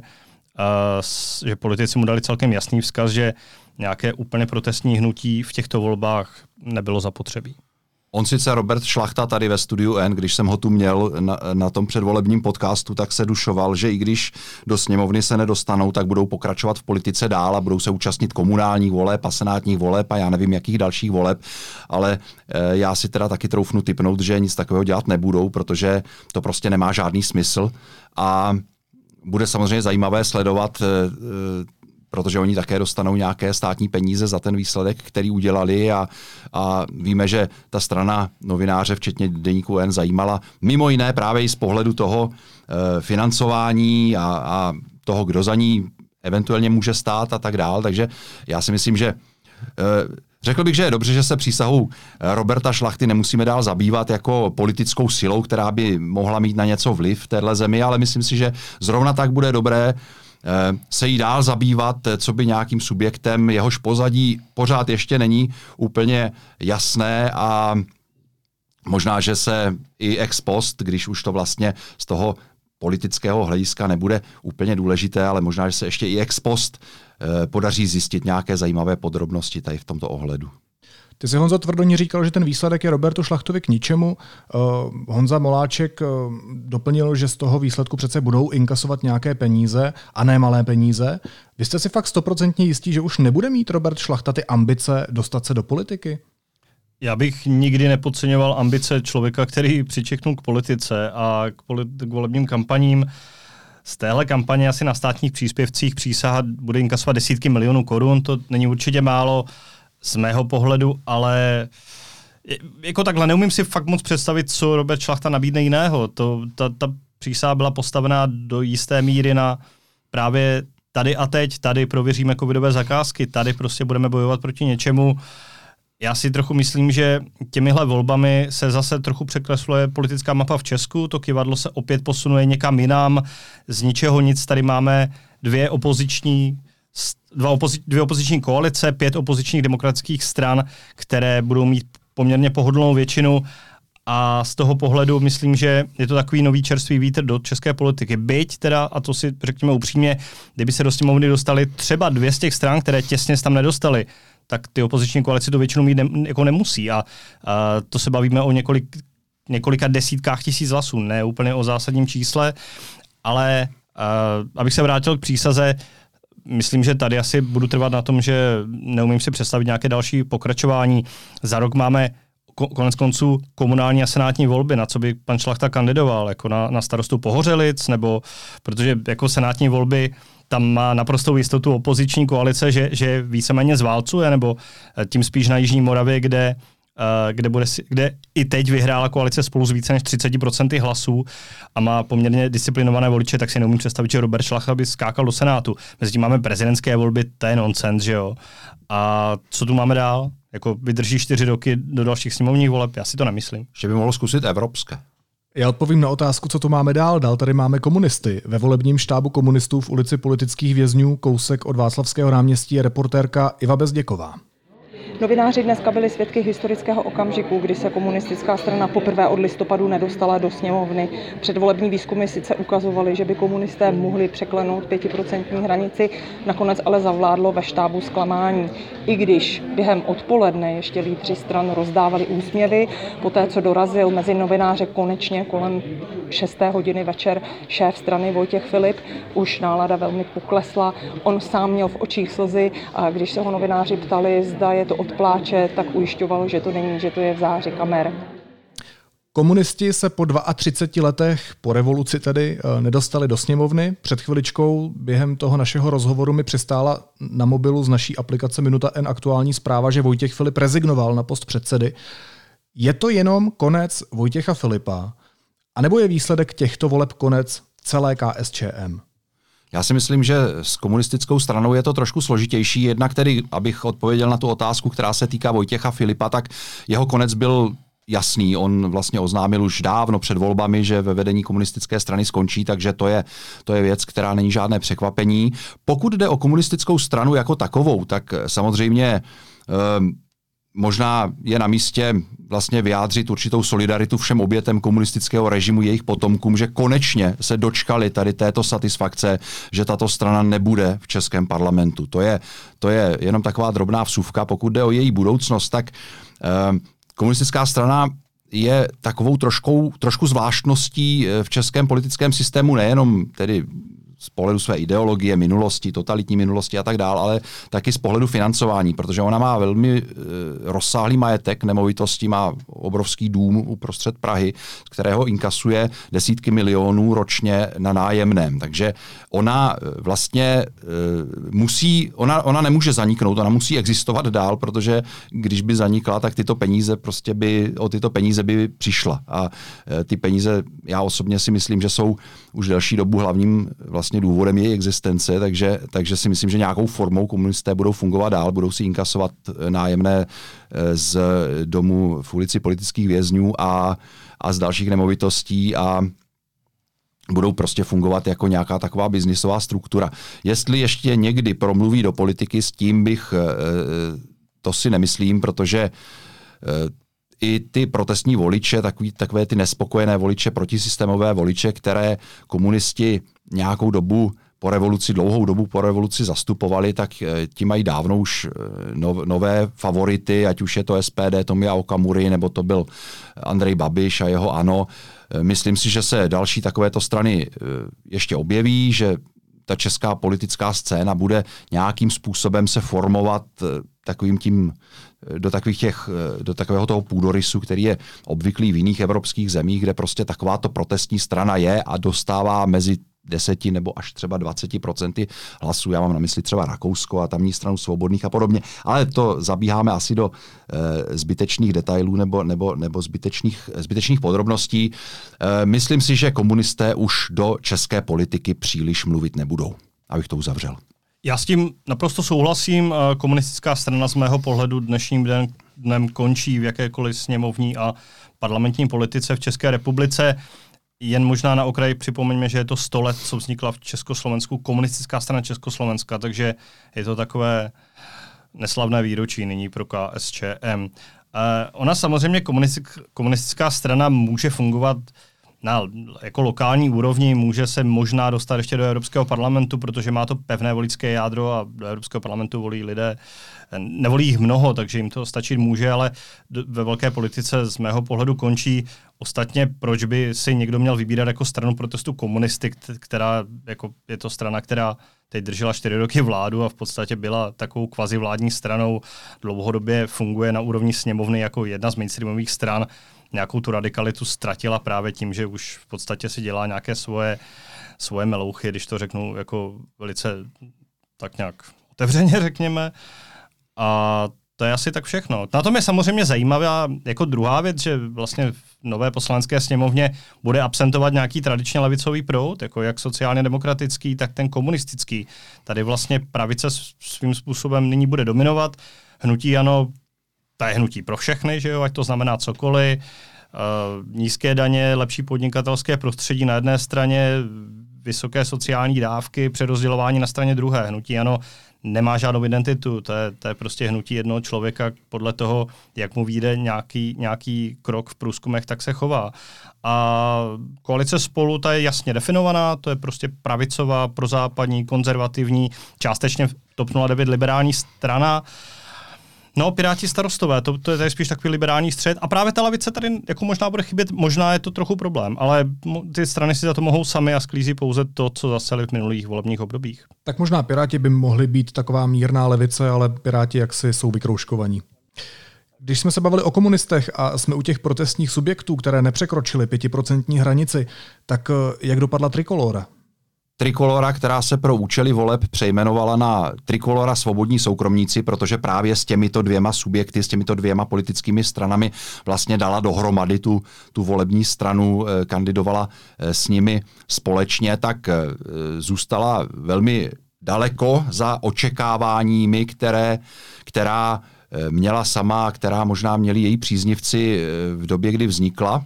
uh, že politici mu dali celkem jasný vzkaz, že nějaké úplně protestní hnutí v těchto volbách nebylo zapotřebí. On sice Robert Šlachta tady ve Studiu N, když jsem ho tu měl na, na tom předvolebním podcastu, tak se dušoval, že i když do sněmovny se nedostanou, tak budou pokračovat v politice dál a budou se účastnit komunálních voleb a senátních voleb a já nevím, jakých dalších voleb, ale e, já si teda taky troufnu tipnout, že nic takového dělat nebudou, protože to prostě nemá žádný smysl a bude samozřejmě zajímavé sledovat e, protože oni také dostanou nějaké státní peníze za ten výsledek, který udělali a, a víme, že ta strana novináře, včetně Deníku N, zajímala mimo jiné právě i z pohledu toho e, financování a, a toho, kdo za ní eventuálně může stát a tak dál. Takže já si myslím, že e, řekl bych, že je dobře, že se přísahou Roberta Šlachty nemusíme dál zabývat jako politickou silou, která by mohla mít na něco vliv v téhle zemi, ale myslím si, že zrovna tak bude dobré se jí dál zabývat, co by nějakým subjektem, jehož pozadí pořád ještě není úplně jasné a možná, že se i ex post, když už to vlastně z toho politického hlediska nebude úplně důležité, ale možná, že se ještě i ex post podaří zjistit nějaké zajímavé podrobnosti tady v tomto ohledu. Ty jsi, Honzo Tvrdoní, říkal, že ten výsledek je Robertu Šlachtovi k ničemu. Uh, Honza Moláček uh, doplnil, že z toho výsledku přece budou inkasovat nějaké peníze a ne malé peníze. Vy jste si fakt stoprocentně jistí, že už nebude mít Robert Šlachta ty ambice dostat se do politiky? Já bych nikdy nepodceňoval ambice člověka, který přičeknul k politice a k, polit- k volebním kampaním. Z téhle kampaně asi na státních příspěvcích přísaha bude inkasovat desítky milionů korun, to není určitě málo z mého pohledu, ale jako takhle neumím si fakt moc představit, co Robert Šlachta nabídne jiného. To, ta, ta přísaha byla postavená do jisté míry na právě tady a teď, tady prověříme covidové zakázky, tady prostě budeme bojovat proti něčemu. Já si trochu myslím, že těmihle volbami se zase trochu překresluje politická mapa v Česku, to kyvadlo se opět posunuje někam jinam, z ničeho nic, tady máme dvě opoziční Dva opozi- dvě opoziční koalice, pět opozičních demokratických stran, které budou mít poměrně pohodlnou většinu a z toho pohledu myslím, že je to takový nový čerstvý vítr do české politiky. Byť teda, a to si řekněme upřímně, kdyby se do sněmovny dostali třeba dvě z těch stran, které těsně se tam nedostali, tak ty opoziční koalice to většinou mít ne, jako nemusí a, a to se bavíme o několik, několika desítkách tisíc hlasů, ne úplně o zásadním čísle, ale a, abych se vrátil k přísaze, myslím, že tady asi budu trvat na tom, že neumím si představit nějaké další pokračování. Za rok máme konec konců komunální a senátní volby, na co by pan Šlachta kandidoval, jako na, na starostu Pohořelic, nebo protože jako senátní volby tam má naprostou jistotu opoziční koalice, že, že víceméně zválcuje, nebo tím spíš na Jižní Moravě, kde Kde, bude, kde i teď vyhrála koalice Spolu s více než třicet procent hlasů a má poměrně disciplinované voliče, tak si neumím představit, že Robert Šlachta by skákal do Senátu. Mezi tím máme prezidentské volby, to je nonsens, že jo? A co tu máme dál? Jako vydrží čtyři roky do dalších sněmovních voleb? Já si to nemyslím. Že by mohlo zkusit evropské. Já odpovím na otázku, co tu máme dál. Dál tady máme komunisty. Ve volebním štábu komunistů v ulici Politických vězňů, kousek od Václavského náměstí, je reportérka Iva Bezděková. Novináři dneska byli svědky historického okamžiku, kdy se komunistická strana poprvé od listopadu nedostala do sněmovny. Předvolební výzkumy sice ukazovaly, že by komunisté mohli překlenout pětiprocentní hranici, nakonec ale zavládlo ve štábu zklamání. I když během odpoledne ještě lídři stran rozdávali úsměvy, poté co dorazil mezi novináře konečně kolem šesté hodiny večer šéf strany Vojtěch Filip, už nálada velmi poklesla. On sám měl v očích slzy a když se ho novináři ptali, zda je to od pláče, tak ujišťoval, že to není, že to je v záři kamer. Komunisti se po třiceti dvou letech, po revoluci tedy, nedostali do sněmovny. Před chviličkou během toho našeho rozhovoru mi přistála na mobilu z naší aplikace Minuta N aktuální zpráva, že Vojtěch Filip rezignoval na post předsedy. Je to jenom konec Vojtěcha Filipa, anebo je výsledek těchto voleb konec celé K S Č M? Já si myslím, že s komunistickou stranou je to trošku složitější. Jednak tedy, abych odpověděl na tu otázku, která se týká Vojtěcha Filipa, tak jeho konec byl jasný. On vlastně oznámil už dávno před volbami, že ve vedení komunistické strany skončí, takže to je, to je věc, která není žádné překvapení. Pokud jde o komunistickou stranu jako takovou, tak samozřejmě eh, možná je na místě vlastně vyjádřit určitou solidaritu všem obětem komunistického režimu, jejich potomkům, že konečně se dočkali tady této satisfakce, že tato strana nebude v českém parlamentu. To je, to je jenom taková drobná vsuvka. Pokud jde o její budoucnost, tak eh, komunistická strana je takovou trošku, trošku zvláštností v českém politickém systému, nejenom tedy z pohledu své ideologie, minulosti, totalitní minulosti a tak dál, ale taky z pohledu financování, protože ona má velmi e, rozsáhlý majetek nemovitostí, má obrovský dům uprostřed Prahy, z kterého inkasuje desítky milionů ročně na nájemném. Takže ona vlastně e, musí, ona, ona nemůže zaniknout, ona musí existovat dál, protože když by zanikla, tak tyto peníze prostě by, o tyto peníze by přišla. A e, ty peníze, já osobně si myslím, že jsou už delší dobu hlavním vlastně důvodem její existence, takže, takže si myslím, že nějakou formou komunisté budou fungovat dál, budou si inkasovat nájemné z domu v ulici Politických vězňů a, a z dalších nemovitostí a budou prostě fungovat jako nějaká taková biznisová struktura. Jestli ještě někdy promluví do politiky, s tím bych, to si nemyslím, protože i ty protestní voliče, takový, takové ty nespokojené voliče, protisystémové voliče, které komunisti nějakou dobu po revoluci, dlouhou dobu po revoluci zastupovali, tak ti mají dávno už nové favority, ať už je to S P D Tomia Okamury, nebo to byl Andrej Babiš a jeho ANO. Myslím si, že se další takovéto strany ještě objeví, že ta česká politická scéna bude nějakým způsobem se formovat takovým tím, do, takových těch, do takového toho půdorysu, který je obvyklý v jiných evropských zemích, kde prostě takováto protestní strana je a dostává mezi deseti nebo až třeba dvaceti procenty hlasů. Já mám na mysli třeba Rakousko a tamní stranu svobodných a podobně. Ale to zabíháme asi do e, zbytečných detailů nebo, nebo, nebo zbytečných, zbytečných podrobností. E, myslím si, že komunisté už do české politiky příliš mluvit nebudou, abych to uzavřel. Já s tím naprosto souhlasím. Komunistická strana z mého pohledu dnešním dnem, dnem končí v jakékoliv sněmovní a parlamentní politice v České republice. Jen možná na okraji připomeňme, že je to sto let, co vznikla v Československu komunistická strana Československa, takže je to takové neslavné výročí nyní pro K S Č M. Eh, ona samozřejmě komunistic, komunistická strana může fungovat na jako lokální úrovni, může se možná dostat ještě do Evropského parlamentu, protože má to pevné voličské jádro a do Evropského parlamentu volí lidé. Nevolí jich mnoho, takže jim to stačit může, ale ve velké politice z mého pohledu končí. Ostatně, proč by si někdo měl vybírat jako stranu protestu komunisty, která jako je to strana, která teď držela čtyři roky vládu a v podstatě byla takovou kvazivládní stranou, dlouhodobě funguje na úrovni sněmovny jako jedna z mainstreamových stran, nějakou tu radikalitu ztratila právě tím, že už v podstatě si dělá nějaké svoje, svoje melouchy, když to řeknu jako velice tak nějak otevřeně řekněme. A to je asi tak všechno. Na tom je samozřejmě zajímavá jako druhá věc, že vlastně v nové poslanecké sněmovně bude absentovat nějaký tradičně levicový proud, jako jak sociálně demokratický, tak ten komunistický. Tady vlastně pravice svým způsobem nyní bude dominovat. Hnutí ANO, to je hnutí pro všechny, že jo, ať to znamená cokoliv. Uh, nízké daně, lepší podnikatelské prostředí na jedné straně, vysoké sociální dávky, přerozdělování na straně druhé. Hnutí ANO nemá žádnou identitu, to je, to je prostě hnutí jednoho člověka podle toho, jak mu vyjde nějaký, nějaký krok v průzkumech, tak se chová. A koalice Spolu, ta je jasně definovaná, to je prostě pravicová, prozápadní, konzervativní, částečně T O P nula devět liberální strana. No, Piráti Starostové, to, to je tady spíš takový liberální střed. A právě ta lavice tady jako možná bude chybět, možná je to trochu problém, ale ty strany si za to mohou sami a sklízí pouze to, co zaseli v minulých volebních obdobích. Tak možná Piráti by mohli být taková mírná levice, ale Piráti jaksi jsou vykroužkovaní. Když jsme se bavili o komunistech a jsme u těch protestních subjektů, které nepřekročily pětiprocentní hranici, tak jak dopadla Trikolóra? Trikolora, která se pro účely voleb přejmenovala na Trikolora Svobodní soukromníci, protože právě s těmito dvěma subjekty, s těmito dvěma politickými stranami vlastně dala dohromady tu, tu volební stranu, kandidovala s nimi společně, tak zůstala velmi daleko za očekáváními, které, která měla sama, která možná měli její příznivci v době, kdy vznikla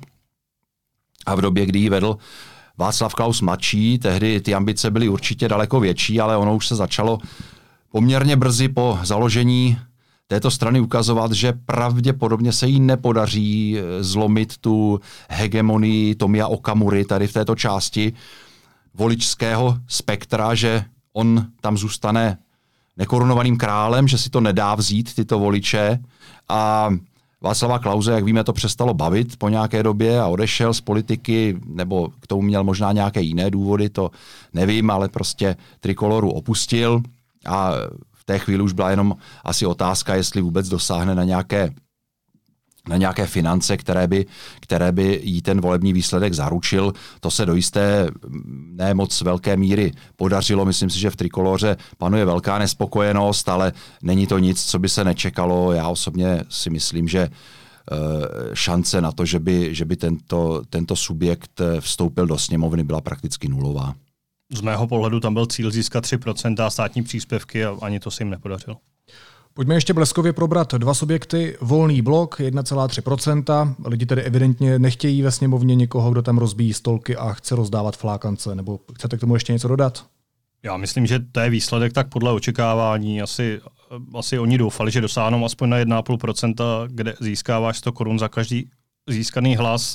a v době, kdy ji vedl Václav Klaus mladší. Tehdy ty ambice byly určitě daleko větší, ale ono už se začalo poměrně brzy po založení této strany ukazovat, že pravděpodobně se jí nepodaří zlomit tu hegemonii Tomia Okamury tady v této části voličského spektra, že on tam zůstane nekorunovaným králem, že si to nedá vzít tyto voliče a Václava Klause, jak víme, to přestalo bavit po nějaké době a odešel z politiky, nebo k tomu měl možná nějaké jiné důvody, to nevím, ale prostě Trikoloru opustil a v té chvíli už byla jenom asi otázka, jestli vůbec dosáhne na nějaké, na nějaké finance, které by, které by jí ten volební výsledek zaručil. To se do jisté ne moc velké míry podařilo. Myslím si, že v Trikoloře panuje velká nespokojenost, ale není to nic, co by se nečekalo. Já osobně si myslím, že šance na to, že by, že by tento, tento subjekt vstoupil do sněmovny, byla prakticky nulová. Z mého pohledu tam byl cíl získat tři procenta státní příspěvky a ani to se jim nepodařilo. Pojďme ještě bleskově probrat dva subjekty. Volný blok jedna celá tři procenta. Lidi tedy evidentně nechtějí ve sněmovně někoho, kdo tam rozbíjí stolky a chce rozdávat flákance. Nebo chcete k tomu ještě něco dodat? Já myslím, že to je výsledek tak podle očekávání. Asi, asi oni doufali, že dosáhnou aspoň na jedna celá pět procenta, kde získáváš sto korun za každý získaný hlas.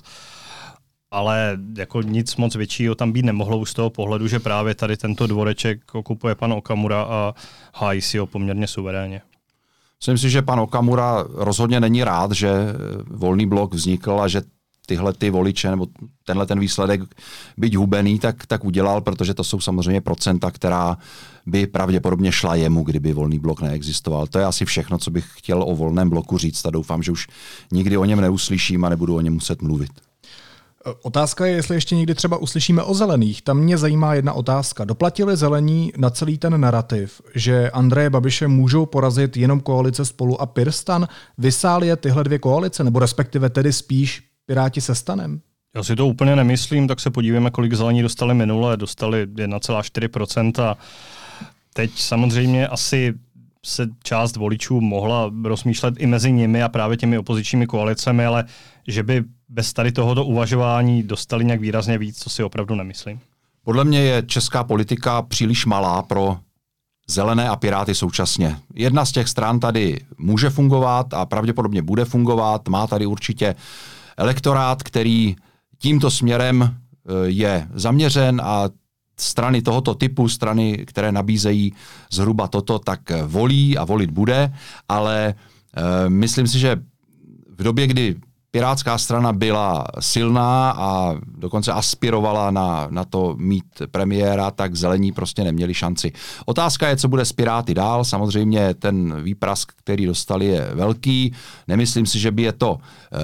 Ale jako nic moc většího tam být nemohlo už z toho pohledu, že právě tady tento dvoreček okupuje pan Okamura a hájí si ho poměrně suverénně. Myslím si, že pan Okamura rozhodně není rád, že Volný blok vznikl a že tyhle ty voliče nebo tenhle ten výsledek byť hubený, tak, tak udělal, protože to jsou samozřejmě procenta, která by pravděpodobně šla jemu, kdyby Volný blok neexistoval. To je asi všechno, co bych chtěl o Volném bloku říct a doufám, že už nikdy o něm neuslyším a nebudu o něm muset mluvit. Otázka je, jestli ještě někdy třeba uslyšíme o zelených. Tam mě zajímá jedna otázka. Doplatili zelení na celý ten narrativ, že Andreje Babiše můžou porazit jenom koalice Spolu a PirSTAN? Vysály je tyhle dvě koalice, nebo respektive tedy spíš Piráti se STANem? Já si to úplně nemyslím, tak se podívejme, kolik zelení dostali minule. Dostali jedna celá čtyři procenta. Teď samozřejmě asi se část voličů mohla rozmýšlet i mezi nimi a právě těmi opozičními koalicemi, ale že by bez tady tohoto uvažování dostali nějak výrazně víc, co si opravdu nemyslím. Podle mě je česká politika příliš malá pro Zelené a Piráty současně. Jedna z těch stran tady může fungovat a pravděpodobně bude fungovat. Má tady určitě elektorát, který tímto směrem je zaměřen a strany tohoto typu, strany, které nabízejí zhruba toto, tak volí a volit bude, ale e, myslím si, že v době, kdy Pirátská strana byla silná a dokonce aspirovala na, na to mít premiéra, tak zelení prostě neměli šanci. Otázka je, co bude s Piráty dál. Samozřejmě ten výprask, který dostali, je velký. Nemyslím si, že by je to e,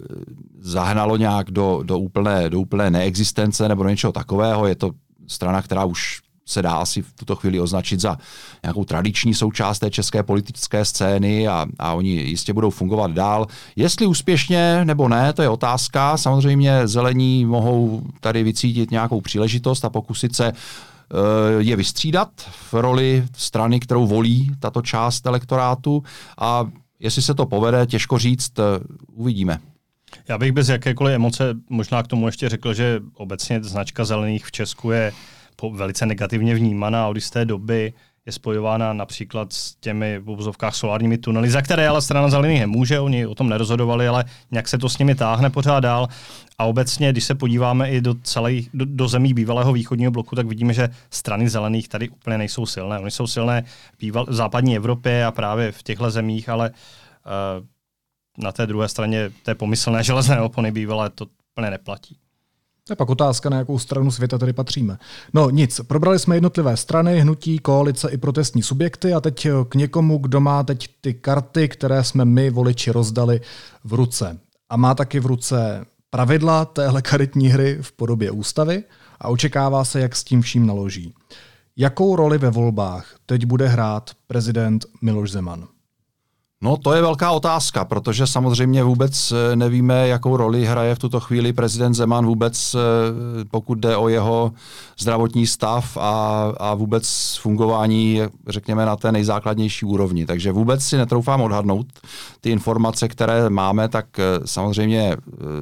zahnalo nějak do, do, úplné, do úplné neexistence nebo do něčeho takového. Je to strana, která už se dá asi v tuto chvíli označit za nějakou tradiční součást té české politické scény a, a oni jistě budou fungovat dál. Jestli úspěšně nebo ne, to je otázka. Samozřejmě zelení mohou tady vycítit nějakou příležitost a pokusit se uh, je vystřídat v roli strany, kterou volí tato část elektorátu a jestli se to povede, těžko říct, uvidíme. Já bych bez jakékoliv emoce možná k tomu ještě řekl, že obecně značka zelených v Česku je velice negativně vnímaná od jisté doby. je spojována například s těmi v uvozovkách solárními tunely, za které ale strana zelených nemůže, oni o tom nerozhodovali, ale nějak se to s nimi táhne pořád dál. A obecně, když se podíváme i do, celé, do, do zemí bývalého východního bloku, tak vidíme, že strany zelených tady úplně nejsou silné. Oni jsou silné v, býval, v západní Evropě a právě v těchto zemích, ale uh, na té druhé straně té pomyslné železné opony bývalé to úplně neplatí. To je pak otázka, na jakou stranu světa tedy patříme. No nic, probrali jsme jednotlivé strany, hnutí, koalice i protestní subjekty a teď k někomu, kdo má teď ty karty, které jsme my, voliči, rozdali v ruce. A má taky v ruce pravidla téhle karetní hry v podobě ústavy a očekává se, jak s tím vším naloží. Jakou roli ve volbách teď bude hrát prezident Miloš Zeman? No to je velká otázka, protože samozřejmě vůbec nevíme, jakou roli hraje v tuto chvíli prezident Zeman vůbec, pokud jde o jeho zdravotní stav a, a vůbec fungování, řekněme, na té nejzákladnější úrovni. Takže vůbec si netroufám odhadnout ty informace, které máme, tak samozřejmě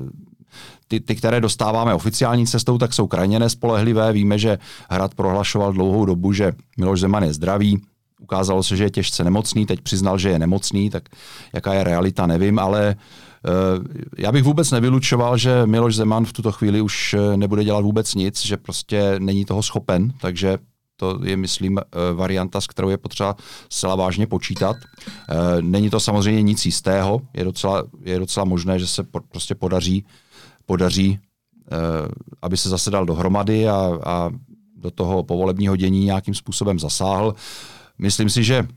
ty, ty, které dostáváme oficiální cestou, tak jsou krajně nespolehlivé. Víme, že Hrad prohlašoval dlouhou dobu, že Miloš Zeman je zdravý. Ukázalo se, že je těžce nemocný, teď přiznal, že je nemocný, tak jaká je realita, nevím, ale uh, já bych vůbec nevylučoval, že Miloš Zeman v tuto chvíli už nebude dělat vůbec nic, že prostě není toho schopen, takže to je, myslím, varianta, s kterou je potřeba zcela vážně počítat. Uh, není to samozřejmě nic jistého, je docela, je docela možné, že se po, prostě podaří, podaří uh, aby se zase dal dohromady a, a do toho povolebního dění nějakým způsobem zasáhl. Myslím si, že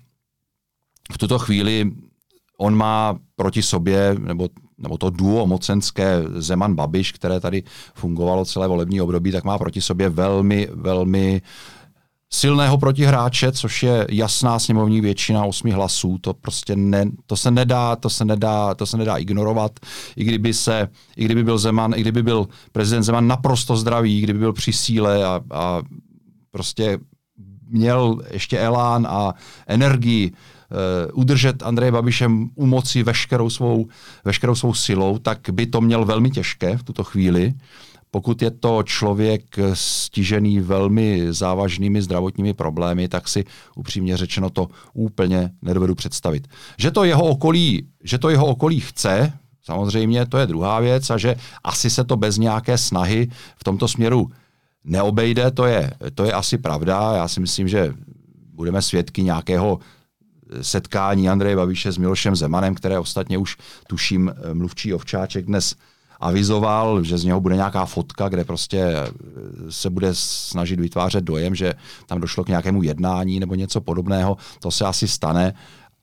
v tuto chvíli on má proti sobě, nebo, nebo to duo mocenské Zeman-Babiš, které tady fungovalo celé volební období, tak má proti sobě velmi, velmi silného protihráče, což je jasná sněmovní většina osmi hlasů. To prostě ne, to se nedá, to se nedá, to se nedá ignorovat. I kdyby se, i kdyby byl Zeman, i kdyby byl prezident Zeman naprosto zdravý, i kdyby byl při síle a, a prostě měl ještě elán a energii uh, udržet Andreje Babiše u moci veškerou svou, veškerou svou silou, tak by to měl velmi těžké v tuto chvíli. Pokud je to člověk stižený velmi závažnými zdravotními problémy, tak si upřímně řečeno to úplně nedovedu představit. Že to jeho okolí, že to jeho okolí chce, samozřejmě to je druhá věc, a že asi se to bez nějaké snahy v tomto směru neobejde, to je, to je asi pravda. Já si myslím, že budeme svědky nějakého setkání Andreje Babiše s Milošem Zemanem, které ostatně už tuším mluvčí Ovčáček dnes avizoval, že z něho bude nějaká fotka, kde prostě se bude snažit vytvářet dojem, že tam došlo k nějakému jednání nebo něco podobného. To se asi stane,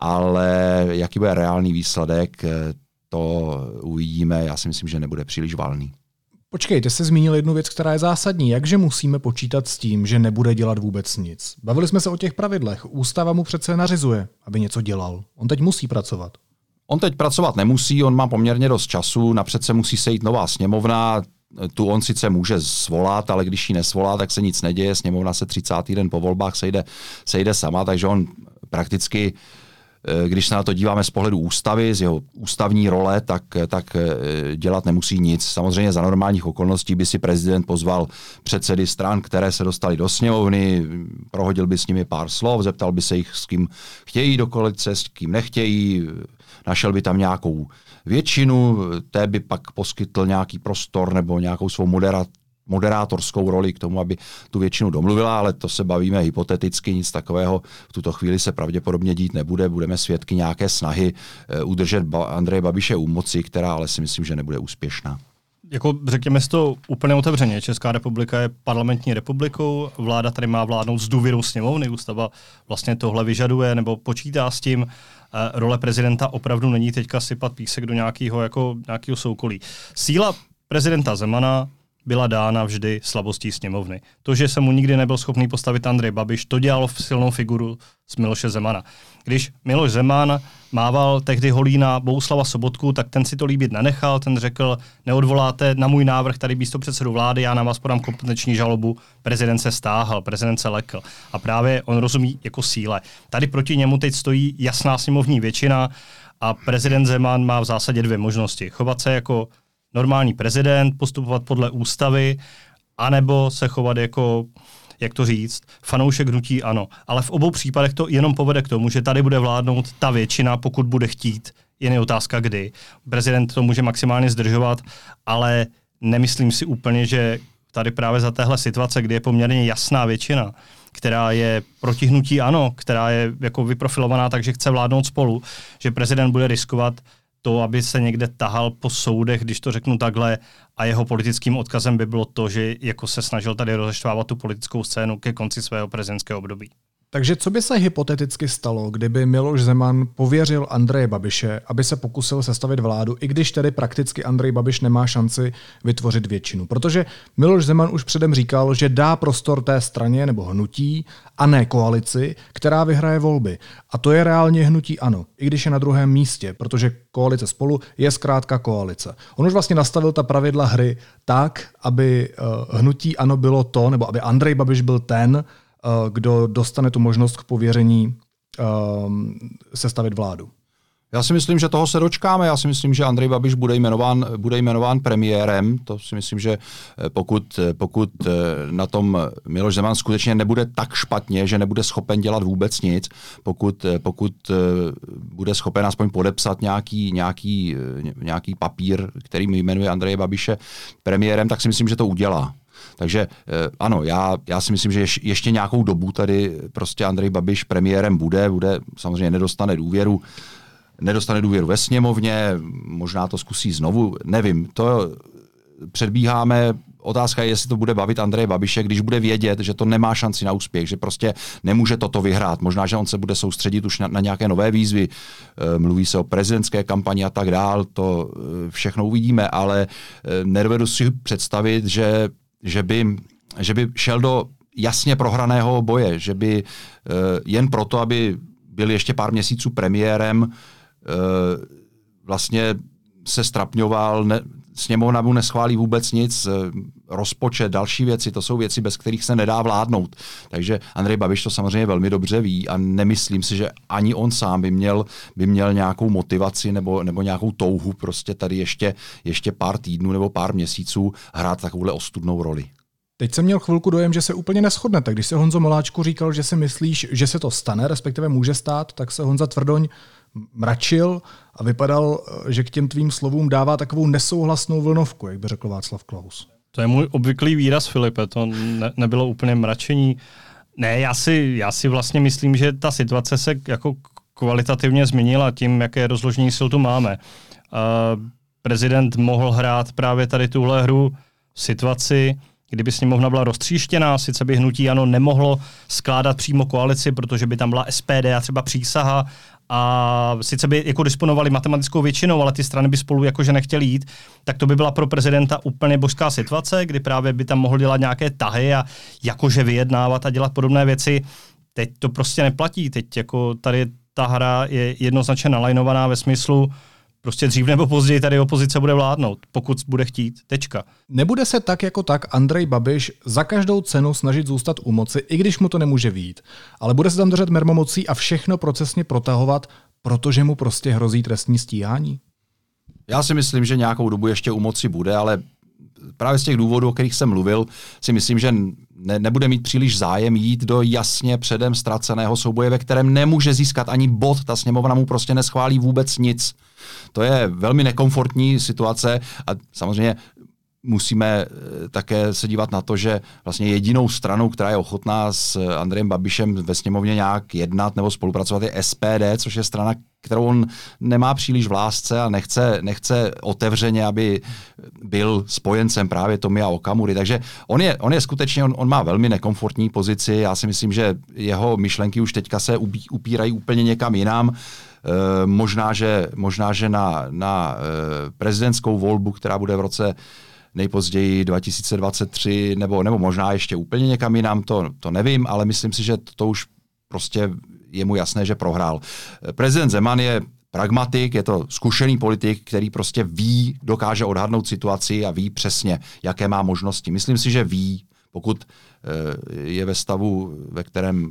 ale jaký bude reálný výsledek, to uvidíme. Já si myslím, že nebude příliš valný. Počkejte, jste zmínil jednu věc, která je zásadní. Jakže musíme počítat s tím, že nebude dělat vůbec nic? Bavili jsme se o těch pravidlech. Ústava mu přece nařizuje, aby něco dělal. On teď musí pracovat. On teď pracovat nemusí, on má poměrně dost času, napřed se musí sejít nová sněmovna, tu on sice může svolat, ale když ji nesvolá, tak se nic neděje, sněmovna se třicátý den po volbách sejde, sejde sama, takže on prakticky, když se na to díváme z pohledu ústavy, z jeho ústavní role, tak, tak dělat nemusí nic. Samozřejmě za normálních okolností by si prezident pozval předsedy stran, které se dostali do sněmovny, prohodil by s nimi pár slov, zeptal by se jich, s kým chtějí do koalice, s kým nechtějí, našel by tam nějakou většinu, té by pak poskytl nějaký prostor nebo nějakou svou moderat, moderátorskou roli k tomu, aby tu většinu domluvila, ale to se bavíme hypoteticky, nic takového v tuto chvíli se pravděpodobně dít nebude. Budeme svědky nějaké snahy udržet Andreje Babiše u moci, která ale si myslím, že nebude úspěšná. Jako řekněme si to úplně otevřeně. Česká republika je parlamentní republikou, vláda tady má vládnout s důvěrou sněmovny, ústava vlastně tohle vyžaduje nebo počítá s tím. Role prezidenta opravdu není teďka sypat písek do nějakého jako nějakého soukolí. Síla prezidenta Zemana byla dána vždy slabostí sněmovny. To, že se mu nikdy nebyl schopný postavit Andrej Babiš, to dělalo silnou figuru z Miloše Zemana. Když Miloš Zeman mával tehdy holí na Bohuslava Sobotku, tak ten si to líbit nenechal, ten řekl, neodvoláte na můj návrh tady místopředsedu vlády, já na vás podám kompetenční žalobu, prezident se stáhl, prezident se lekl. A právě on rozumí jako síle. Tady proti němu teď stojí jasná sněmovní většina a prezident Zeman má v zásadě dvě možnosti. Chovat se jako normální prezident, postupovat podle ústavy, anebo se chovat jako, jak to říct, fanoušek hnutí ANO. Ale v obou případech to jenom povede k tomu, že tady bude vládnout ta většina, pokud bude chtít. Jen je otázka kdy. Prezident to může maximálně zdržovat, ale nemyslím si úplně, že tady právě za téhle situace, kdy je poměrně jasná většina, která je proti hnutí ANO, která je jako vyprofilovaná, takže chce vládnout spolu, že prezident bude riskovat to, aby se někde tahal po soudech, když to řeknu takhle, a jeho politickým odkazem by bylo to, že jako se snažil tady rozeštvávat tu politickou scénu ke konci svého prezidentského období. Takže co by se hypoteticky stalo, kdyby Miloš Zeman pověřil Andreje Babiše, aby se pokusil sestavit vládu, i když tedy prakticky Andrej Babiš nemá šanci vytvořit většinu? Protože Miloš Zeman už předem říkal, že dá prostor té straně nebo hnutí a ne koalici, která vyhraje volby. A to je reálně hnutí ANO, i když je na druhém místě, protože koalice Spolu je zkrátka koalice. On už vlastně nastavil ta pravidla hry tak, aby uh, hnutí ANO bylo to, nebo aby Andrej Babiš byl ten, kdo dostane tu možnost k pověření um, sestavit vládu. Já si myslím, že toho se dočkáme. Já si myslím, že Andrej Babiš bude jmenován, bude jmenován premiérem. To si myslím, že pokud, pokud na tom Miloš Zeman skutečně nebude tak špatně, že nebude schopen dělat vůbec nic, pokud, pokud bude schopen aspoň podepsat nějaký, nějaký, nějaký papír, který jmenuje Andreje Babiše premiérem, tak si myslím, že to udělá. Takže ano, já, já si myslím, že ješ, ještě nějakou dobu tady prostě Andrej Babiš premiérem bude, bude samozřejmě nedostane důvěru, nedostane důvěru ve sněmovně, možná to zkusí znovu, nevím, to předbíháme. Otázka je, jestli to bude bavit Andreje Babiše, když bude vědět, že to nemá šanci na úspěch, že prostě nemůže toto vyhrát. Možná, že on se bude soustředit už na, na nějaké nové výzvy, mluví se o prezidentské kampani a tak dál, to všechno uvidíme, ale nedovedu si představit, že Že by, že by šel do jasně prohraného boje, že by uh, jen proto, aby byl ještě pár měsíců premiérem, uh, vlastně se strapňoval, ne, sněmovna mu neschválí vůbec nic, uh, rozpočet, další věci, to jsou věci, bez kterých se nedá vládnout. Takže Andrej Babiš to samozřejmě velmi dobře ví a nemyslím si, že ani on sám by měl, by měl nějakou motivaci nebo, nebo nějakou touhu prostě tady ještě, ještě pár týdnů nebo pár měsíců hrát takovouhle ostudnou roli. Teď jsem měl chvilku dojem, že se úplně neshodnete. Když se Honzo Moláčku říkal, že si myslíš, že se to stane, respektive může stát, tak se Honza Tvrdoň mračil a vypadal, že k těm tvým slovům dává takovou nesouhlasnou vlnovku, jak by řekl Václav Klaus. To je můj obvyklý výraz, Filipe, to ne, nebylo úplně mračení. Ne, já si, já si vlastně myslím, že ta situace se jako kvalitativně změnila tím, jaké rozložení sil tu máme. Uh, prezident mohl hrát právě tady tuhle hru v situaci, kdyby sněmovna byla roztříštěná, sice by hnutí ANO nemohlo skládat přímo koalici, protože by tam byla S P D a třeba přísaha, a sice by jako disponovali matematickou většinou, ale ty strany by spolu jakože nechtěli jít, tak to by byla pro prezidenta úplně božská situace, kdy právě by tam mohl dělat nějaké tahy a jakože vyjednávat a dělat podobné věci. Teď to prostě neplatí, teď jako tady ta hra je jednoznačně nalajnovaná ve smyslu, prostě dřív nebo později tady opozice bude vládnout, pokud bude chtít. Tečka. Nebude se tak jako tak Andrej Babiš za každou cenu snažit zůstat u moci, i když mu to nemůže vyjít. Ale bude se tam držet mermomocí a všechno procesně protahovat, protože mu prostě hrozí trestní stíhání? Já si myslím, že nějakou dobu ještě u moci bude, ale právě z těch důvodů, o kterých jsem mluvil, si myslím, že ne, nebude mít příliš zájem jít do jasně předem ztraceného souboje, ve kterém nemůže získat ani bod, ta sněmovna mu prostě neschválí vůbec nic. To je velmi nekomfortní situace a samozřejmě musíme také se dívat na to, že vlastně jedinou stranou, která je ochotná s Andrejem Babišem ve sněmovně nějak jednat nebo spolupracovat, je S P D, což je strana, kterou on nemá příliš v lásce a nechce, nechce otevřeně, aby byl spojencem právě Tomia Okamury. Takže on je, on je skutečně, on, on má velmi nekomfortní pozici. Já si myslím, že jeho myšlenky už teďka se upí, upírají úplně někam jinam. E, možná, že, možná, že na, na e, prezidentskou volbu, která bude v roce nejpozději dva tisíce dvacet tři, nebo, nebo možná ještě úplně někam jinam, to, to nevím, ale myslím si, že to, to už prostě je mu jasné, že prohrál. Prezident Zeman je pragmatik, je to zkušený politik, který prostě ví, dokáže odhadnout situaci a ví přesně, jaké má možnosti. Myslím si, že ví, pokud je ve stavu, ve kterém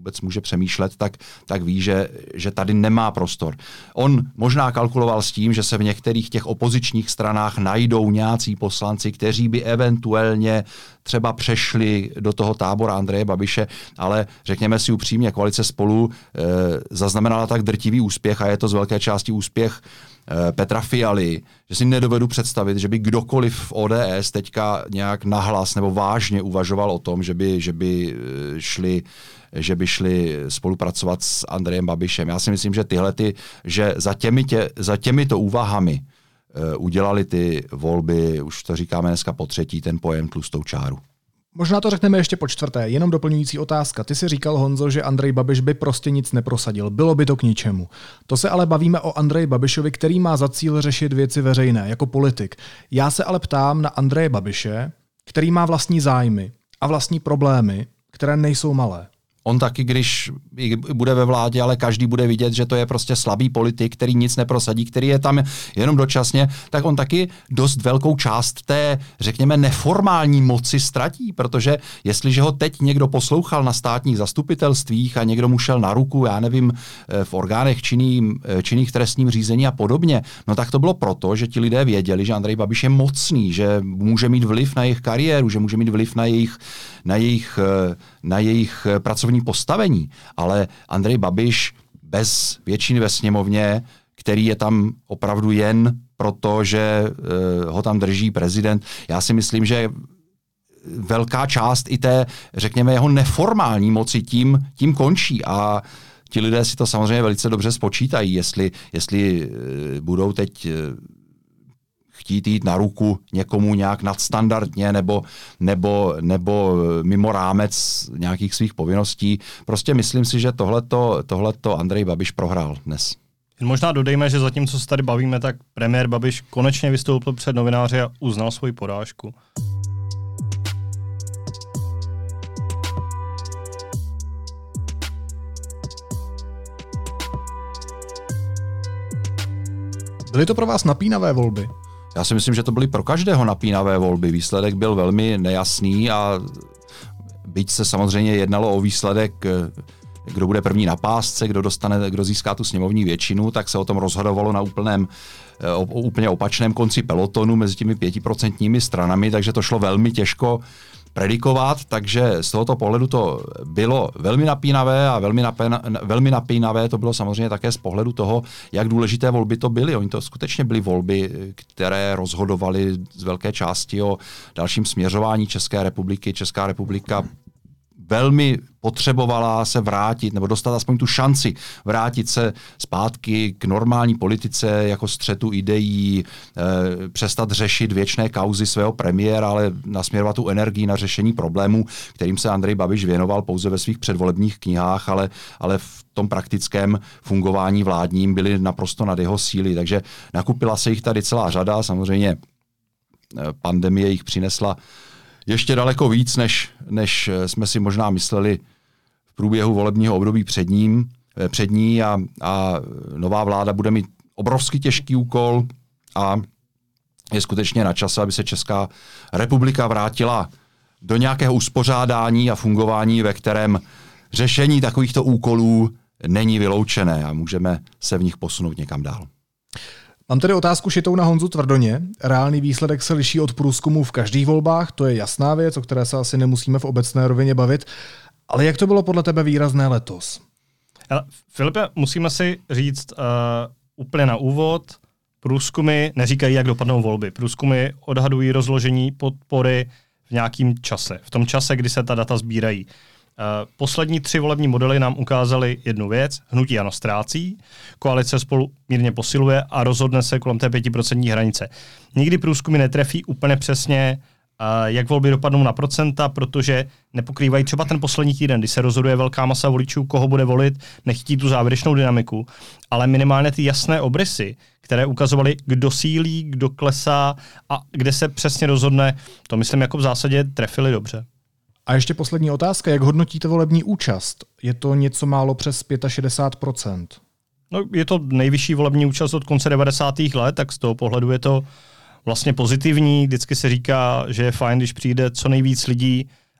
vůbec může přemýšlet, tak, tak ví, že, že tady nemá prostor. On možná kalkuloval s tím, že se v některých těch opozičních stranách najdou nějací poslanci, kteří by eventuálně třeba přešli do toho tábora Andreje Babiše, ale řekněme si upřímně, koalice Spolu e, zaznamenala tak drtivý úspěch a je to z velké části úspěch e, Petra Fialy, že si nedovedu představit, že by kdokoliv v O D S teďka nějak nahlas nebo vážně uvažoval o tom, že by, že by šli že by šli spolupracovat s Andrejem Babišem. Já si myslím, že tyhle ty, že za, těmi tě, za těmito úvahami uh, udělali ty volby, už to říkáme dneska po třetí, ten pojem tlustou čáru. Možná to řekneme ještě po čtvrté, jenom doplňující otázka. Ty si říkal, Honzo, že Andrej Babiš by prostě nic neprosadil, bylo by to k ničemu. To se ale bavíme o Andreji Babišovi, který má za cíl řešit věci veřejné, jako politik. Já se ale ptám na Andreje Babiše, který má vlastní zájmy a vlastní problémy, které nejsou malé. On taky, když bude ve vládě, ale každý bude vidět, že to je prostě slabý politik, který nic neprosadí, který je tam jenom dočasně, tak on taky dost velkou část té, řekněme, neformální moci ztratí, protože jestliže ho teď někdo poslouchal na státních zastupitelstvích a někdo mu šel na ruku, já nevím, v orgánech činný, činných trestním řízení a podobně, no tak to bylo proto, že ti lidé věděli, že Andrej Babiš je mocný, že může mít vliv na jejich kariéru, že může mít vliv na jejich, na jejich, na jejich pracovní postavení, ale Andrej Babiš bez většiny ve sněmovně, který je tam opravdu jen proto, že uh, ho tam drží prezident, já si myslím, že velká část i té, řekněme, jeho neformální moci tím, tím končí a ti lidé si to samozřejmě velice dobře spočítají, jestli, jestli uh, budou teď uh, chtít jít na ruku někomu nějak nadstandardně nebo, nebo, nebo mimo rámec nějakých svých povinností. Prostě myslím si, že tohleto, tohleto Andrej Babiš prohrál dnes. Možná dodejme, že zatímco se tady bavíme, tak premiér Babiš konečně vystoupil před novináři a uznal svoji porážku. Byly to pro vás napínavé volby? Já si myslím, že to byly pro každého napínavé volby. Výsledek byl velmi nejasný a byť se samozřejmě jednalo o výsledek, kdo bude první na pásce, kdo dostane, kdo získá tu sněmovní většinu, tak se o tom rozhodovalo na úplném, o, o úplně opačném konci pelotonu mezi těmi pětiprocentními stranami, takže to šlo velmi těžko predikovat, takže z tohoto pohledu to bylo velmi napínavé a velmi, napěna, velmi napínavé to bylo samozřejmě také z pohledu toho, jak důležité volby to byly. Oni to skutečně byly volby, které rozhodovaly z velké části o dalším směřování České republiky. Česká republika velmi potřebovala se vrátit, nebo dostat aspoň tu šanci vrátit se zpátky k normální politice jako střetu ideí, e, přestat řešit věčné kauzy svého premiéra, ale nasměrovat tu energii na řešení problémů, kterým se Andrej Babiš věnoval pouze ve svých předvolebních knihách, ale, ale v tom praktickém fungování vládním byly naprosto nad jeho síly. Takže nakupila se jich tady celá řada, samozřejmě pandemie jich přinesla ještě daleko víc, než, než jsme si možná mysleli v průběhu volebního období před, ním, před ní a, a nová vláda bude mít obrovský těžký úkol a je skutečně na čase, aby se Česká republika vrátila do nějakého uspořádání a fungování, ve kterém řešení takovýchto úkolů není vyloučené a můžeme se v nich posunout někam dál. Mám tedy otázku šitou na Honzu Tvrdoně. Reálný výsledek se liší od průzkumů v každých volbách, to je jasná věc, o které se asi nemusíme v obecné rovině bavit. Ale jak to bylo podle tebe výrazné letos? Ale, Filipe, musíme si říct uh, úplně na úvod, průzkumy neříkají, jak dopadnou volby. Průzkumy odhadují rozložení podpory v nějakém čase, v tom čase, kdy se ta data sbírají. Uh, poslední tři volební modely nám ukázaly jednu věc. Hnutí ANO ztrácí, koalice Spolu mírně posiluje a rozhodne se kolem té pětiprocentní hranice. Nikdy průzkumy netrefí úplně přesně, uh, jak volby dopadnou na procenta, protože nepokrývají třeba ten poslední týden, kdy se rozhoduje velká masa voličů, koho bude volit, nechtí tu závěrečnou dynamiku, ale minimálně ty jasné obrysy, které ukazovaly, kdo sílí, kdo klesá a kde se přesně rozhodne, to myslím jako v zásadě trefili dobře. A ještě poslední otázka, jak hodnotíte volební účast? Je to něco málo přes šedesát pět procent. No, je to nejvyšší volební účast od konce devadesátých let, tak z toho pohledu je to vlastně pozitivní. Vždycky se říká, že je fajn, když přijde co nejvíc lidí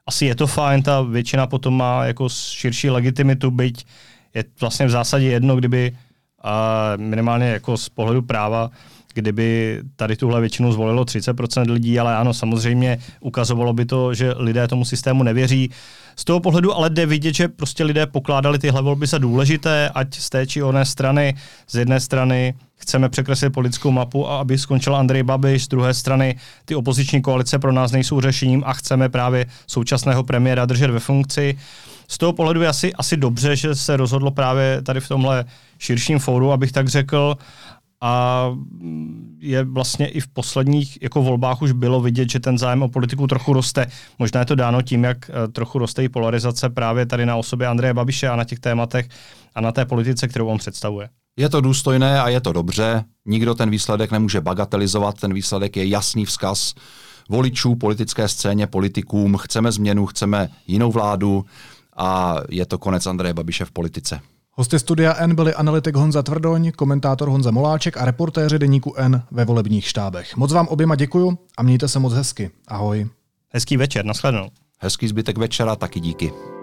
asi je to fajn, ta většina potom má jako širší legitimitu, byť je vlastně v zásadě jedno, kdyby uh, minimálně jako z pohledu práva, kdyby tady tuhle většinu zvolilo třicet procent lidí, ale ano, samozřejmě ukazovalo by to, že lidé tomu systému nevěří. Z toho pohledu ale jde vidět, že prostě lidé pokládali tyhle volby za důležité, ať z té či oné strany. Z jedné strany chceme překreslit politickou mapu, a aby skončil Andrej Babiš, z druhé strany ty opoziční koalice pro nás nejsou řešením a chceme právě současného premiéra držet ve funkci. Z toho pohledu je asi, asi dobře, že se rozhodlo právě tady v tomhle širším fóru, abych tak řekl, a je vlastně i v posledních jako volbách už bylo vidět, že ten zájem o politiku trochu roste. Možná je to dáno tím, jak trochu roste i polarizace právě tady na osobě Andreje Babiše a na těch tématech a na té politice, kterou on představuje. Je to důstojné a je to dobře. Nikdo ten výsledek nemůže bagatelizovat. Ten výsledek je jasný vzkaz voličů, politické scéně, politikům. Chceme změnu, chceme jinou vládu a je to konec Andreje Babiše v politice. Hosty Studia N byli analytik Honza Tvrdoň, komentátor Honza Moláček a reportéři deníku N ve volebních štábech. Moc vám oběma děkuju a mějte se moc hezky. Ahoj. Hezký večer, nashledanou. Hezký zbytek večera, taky díky.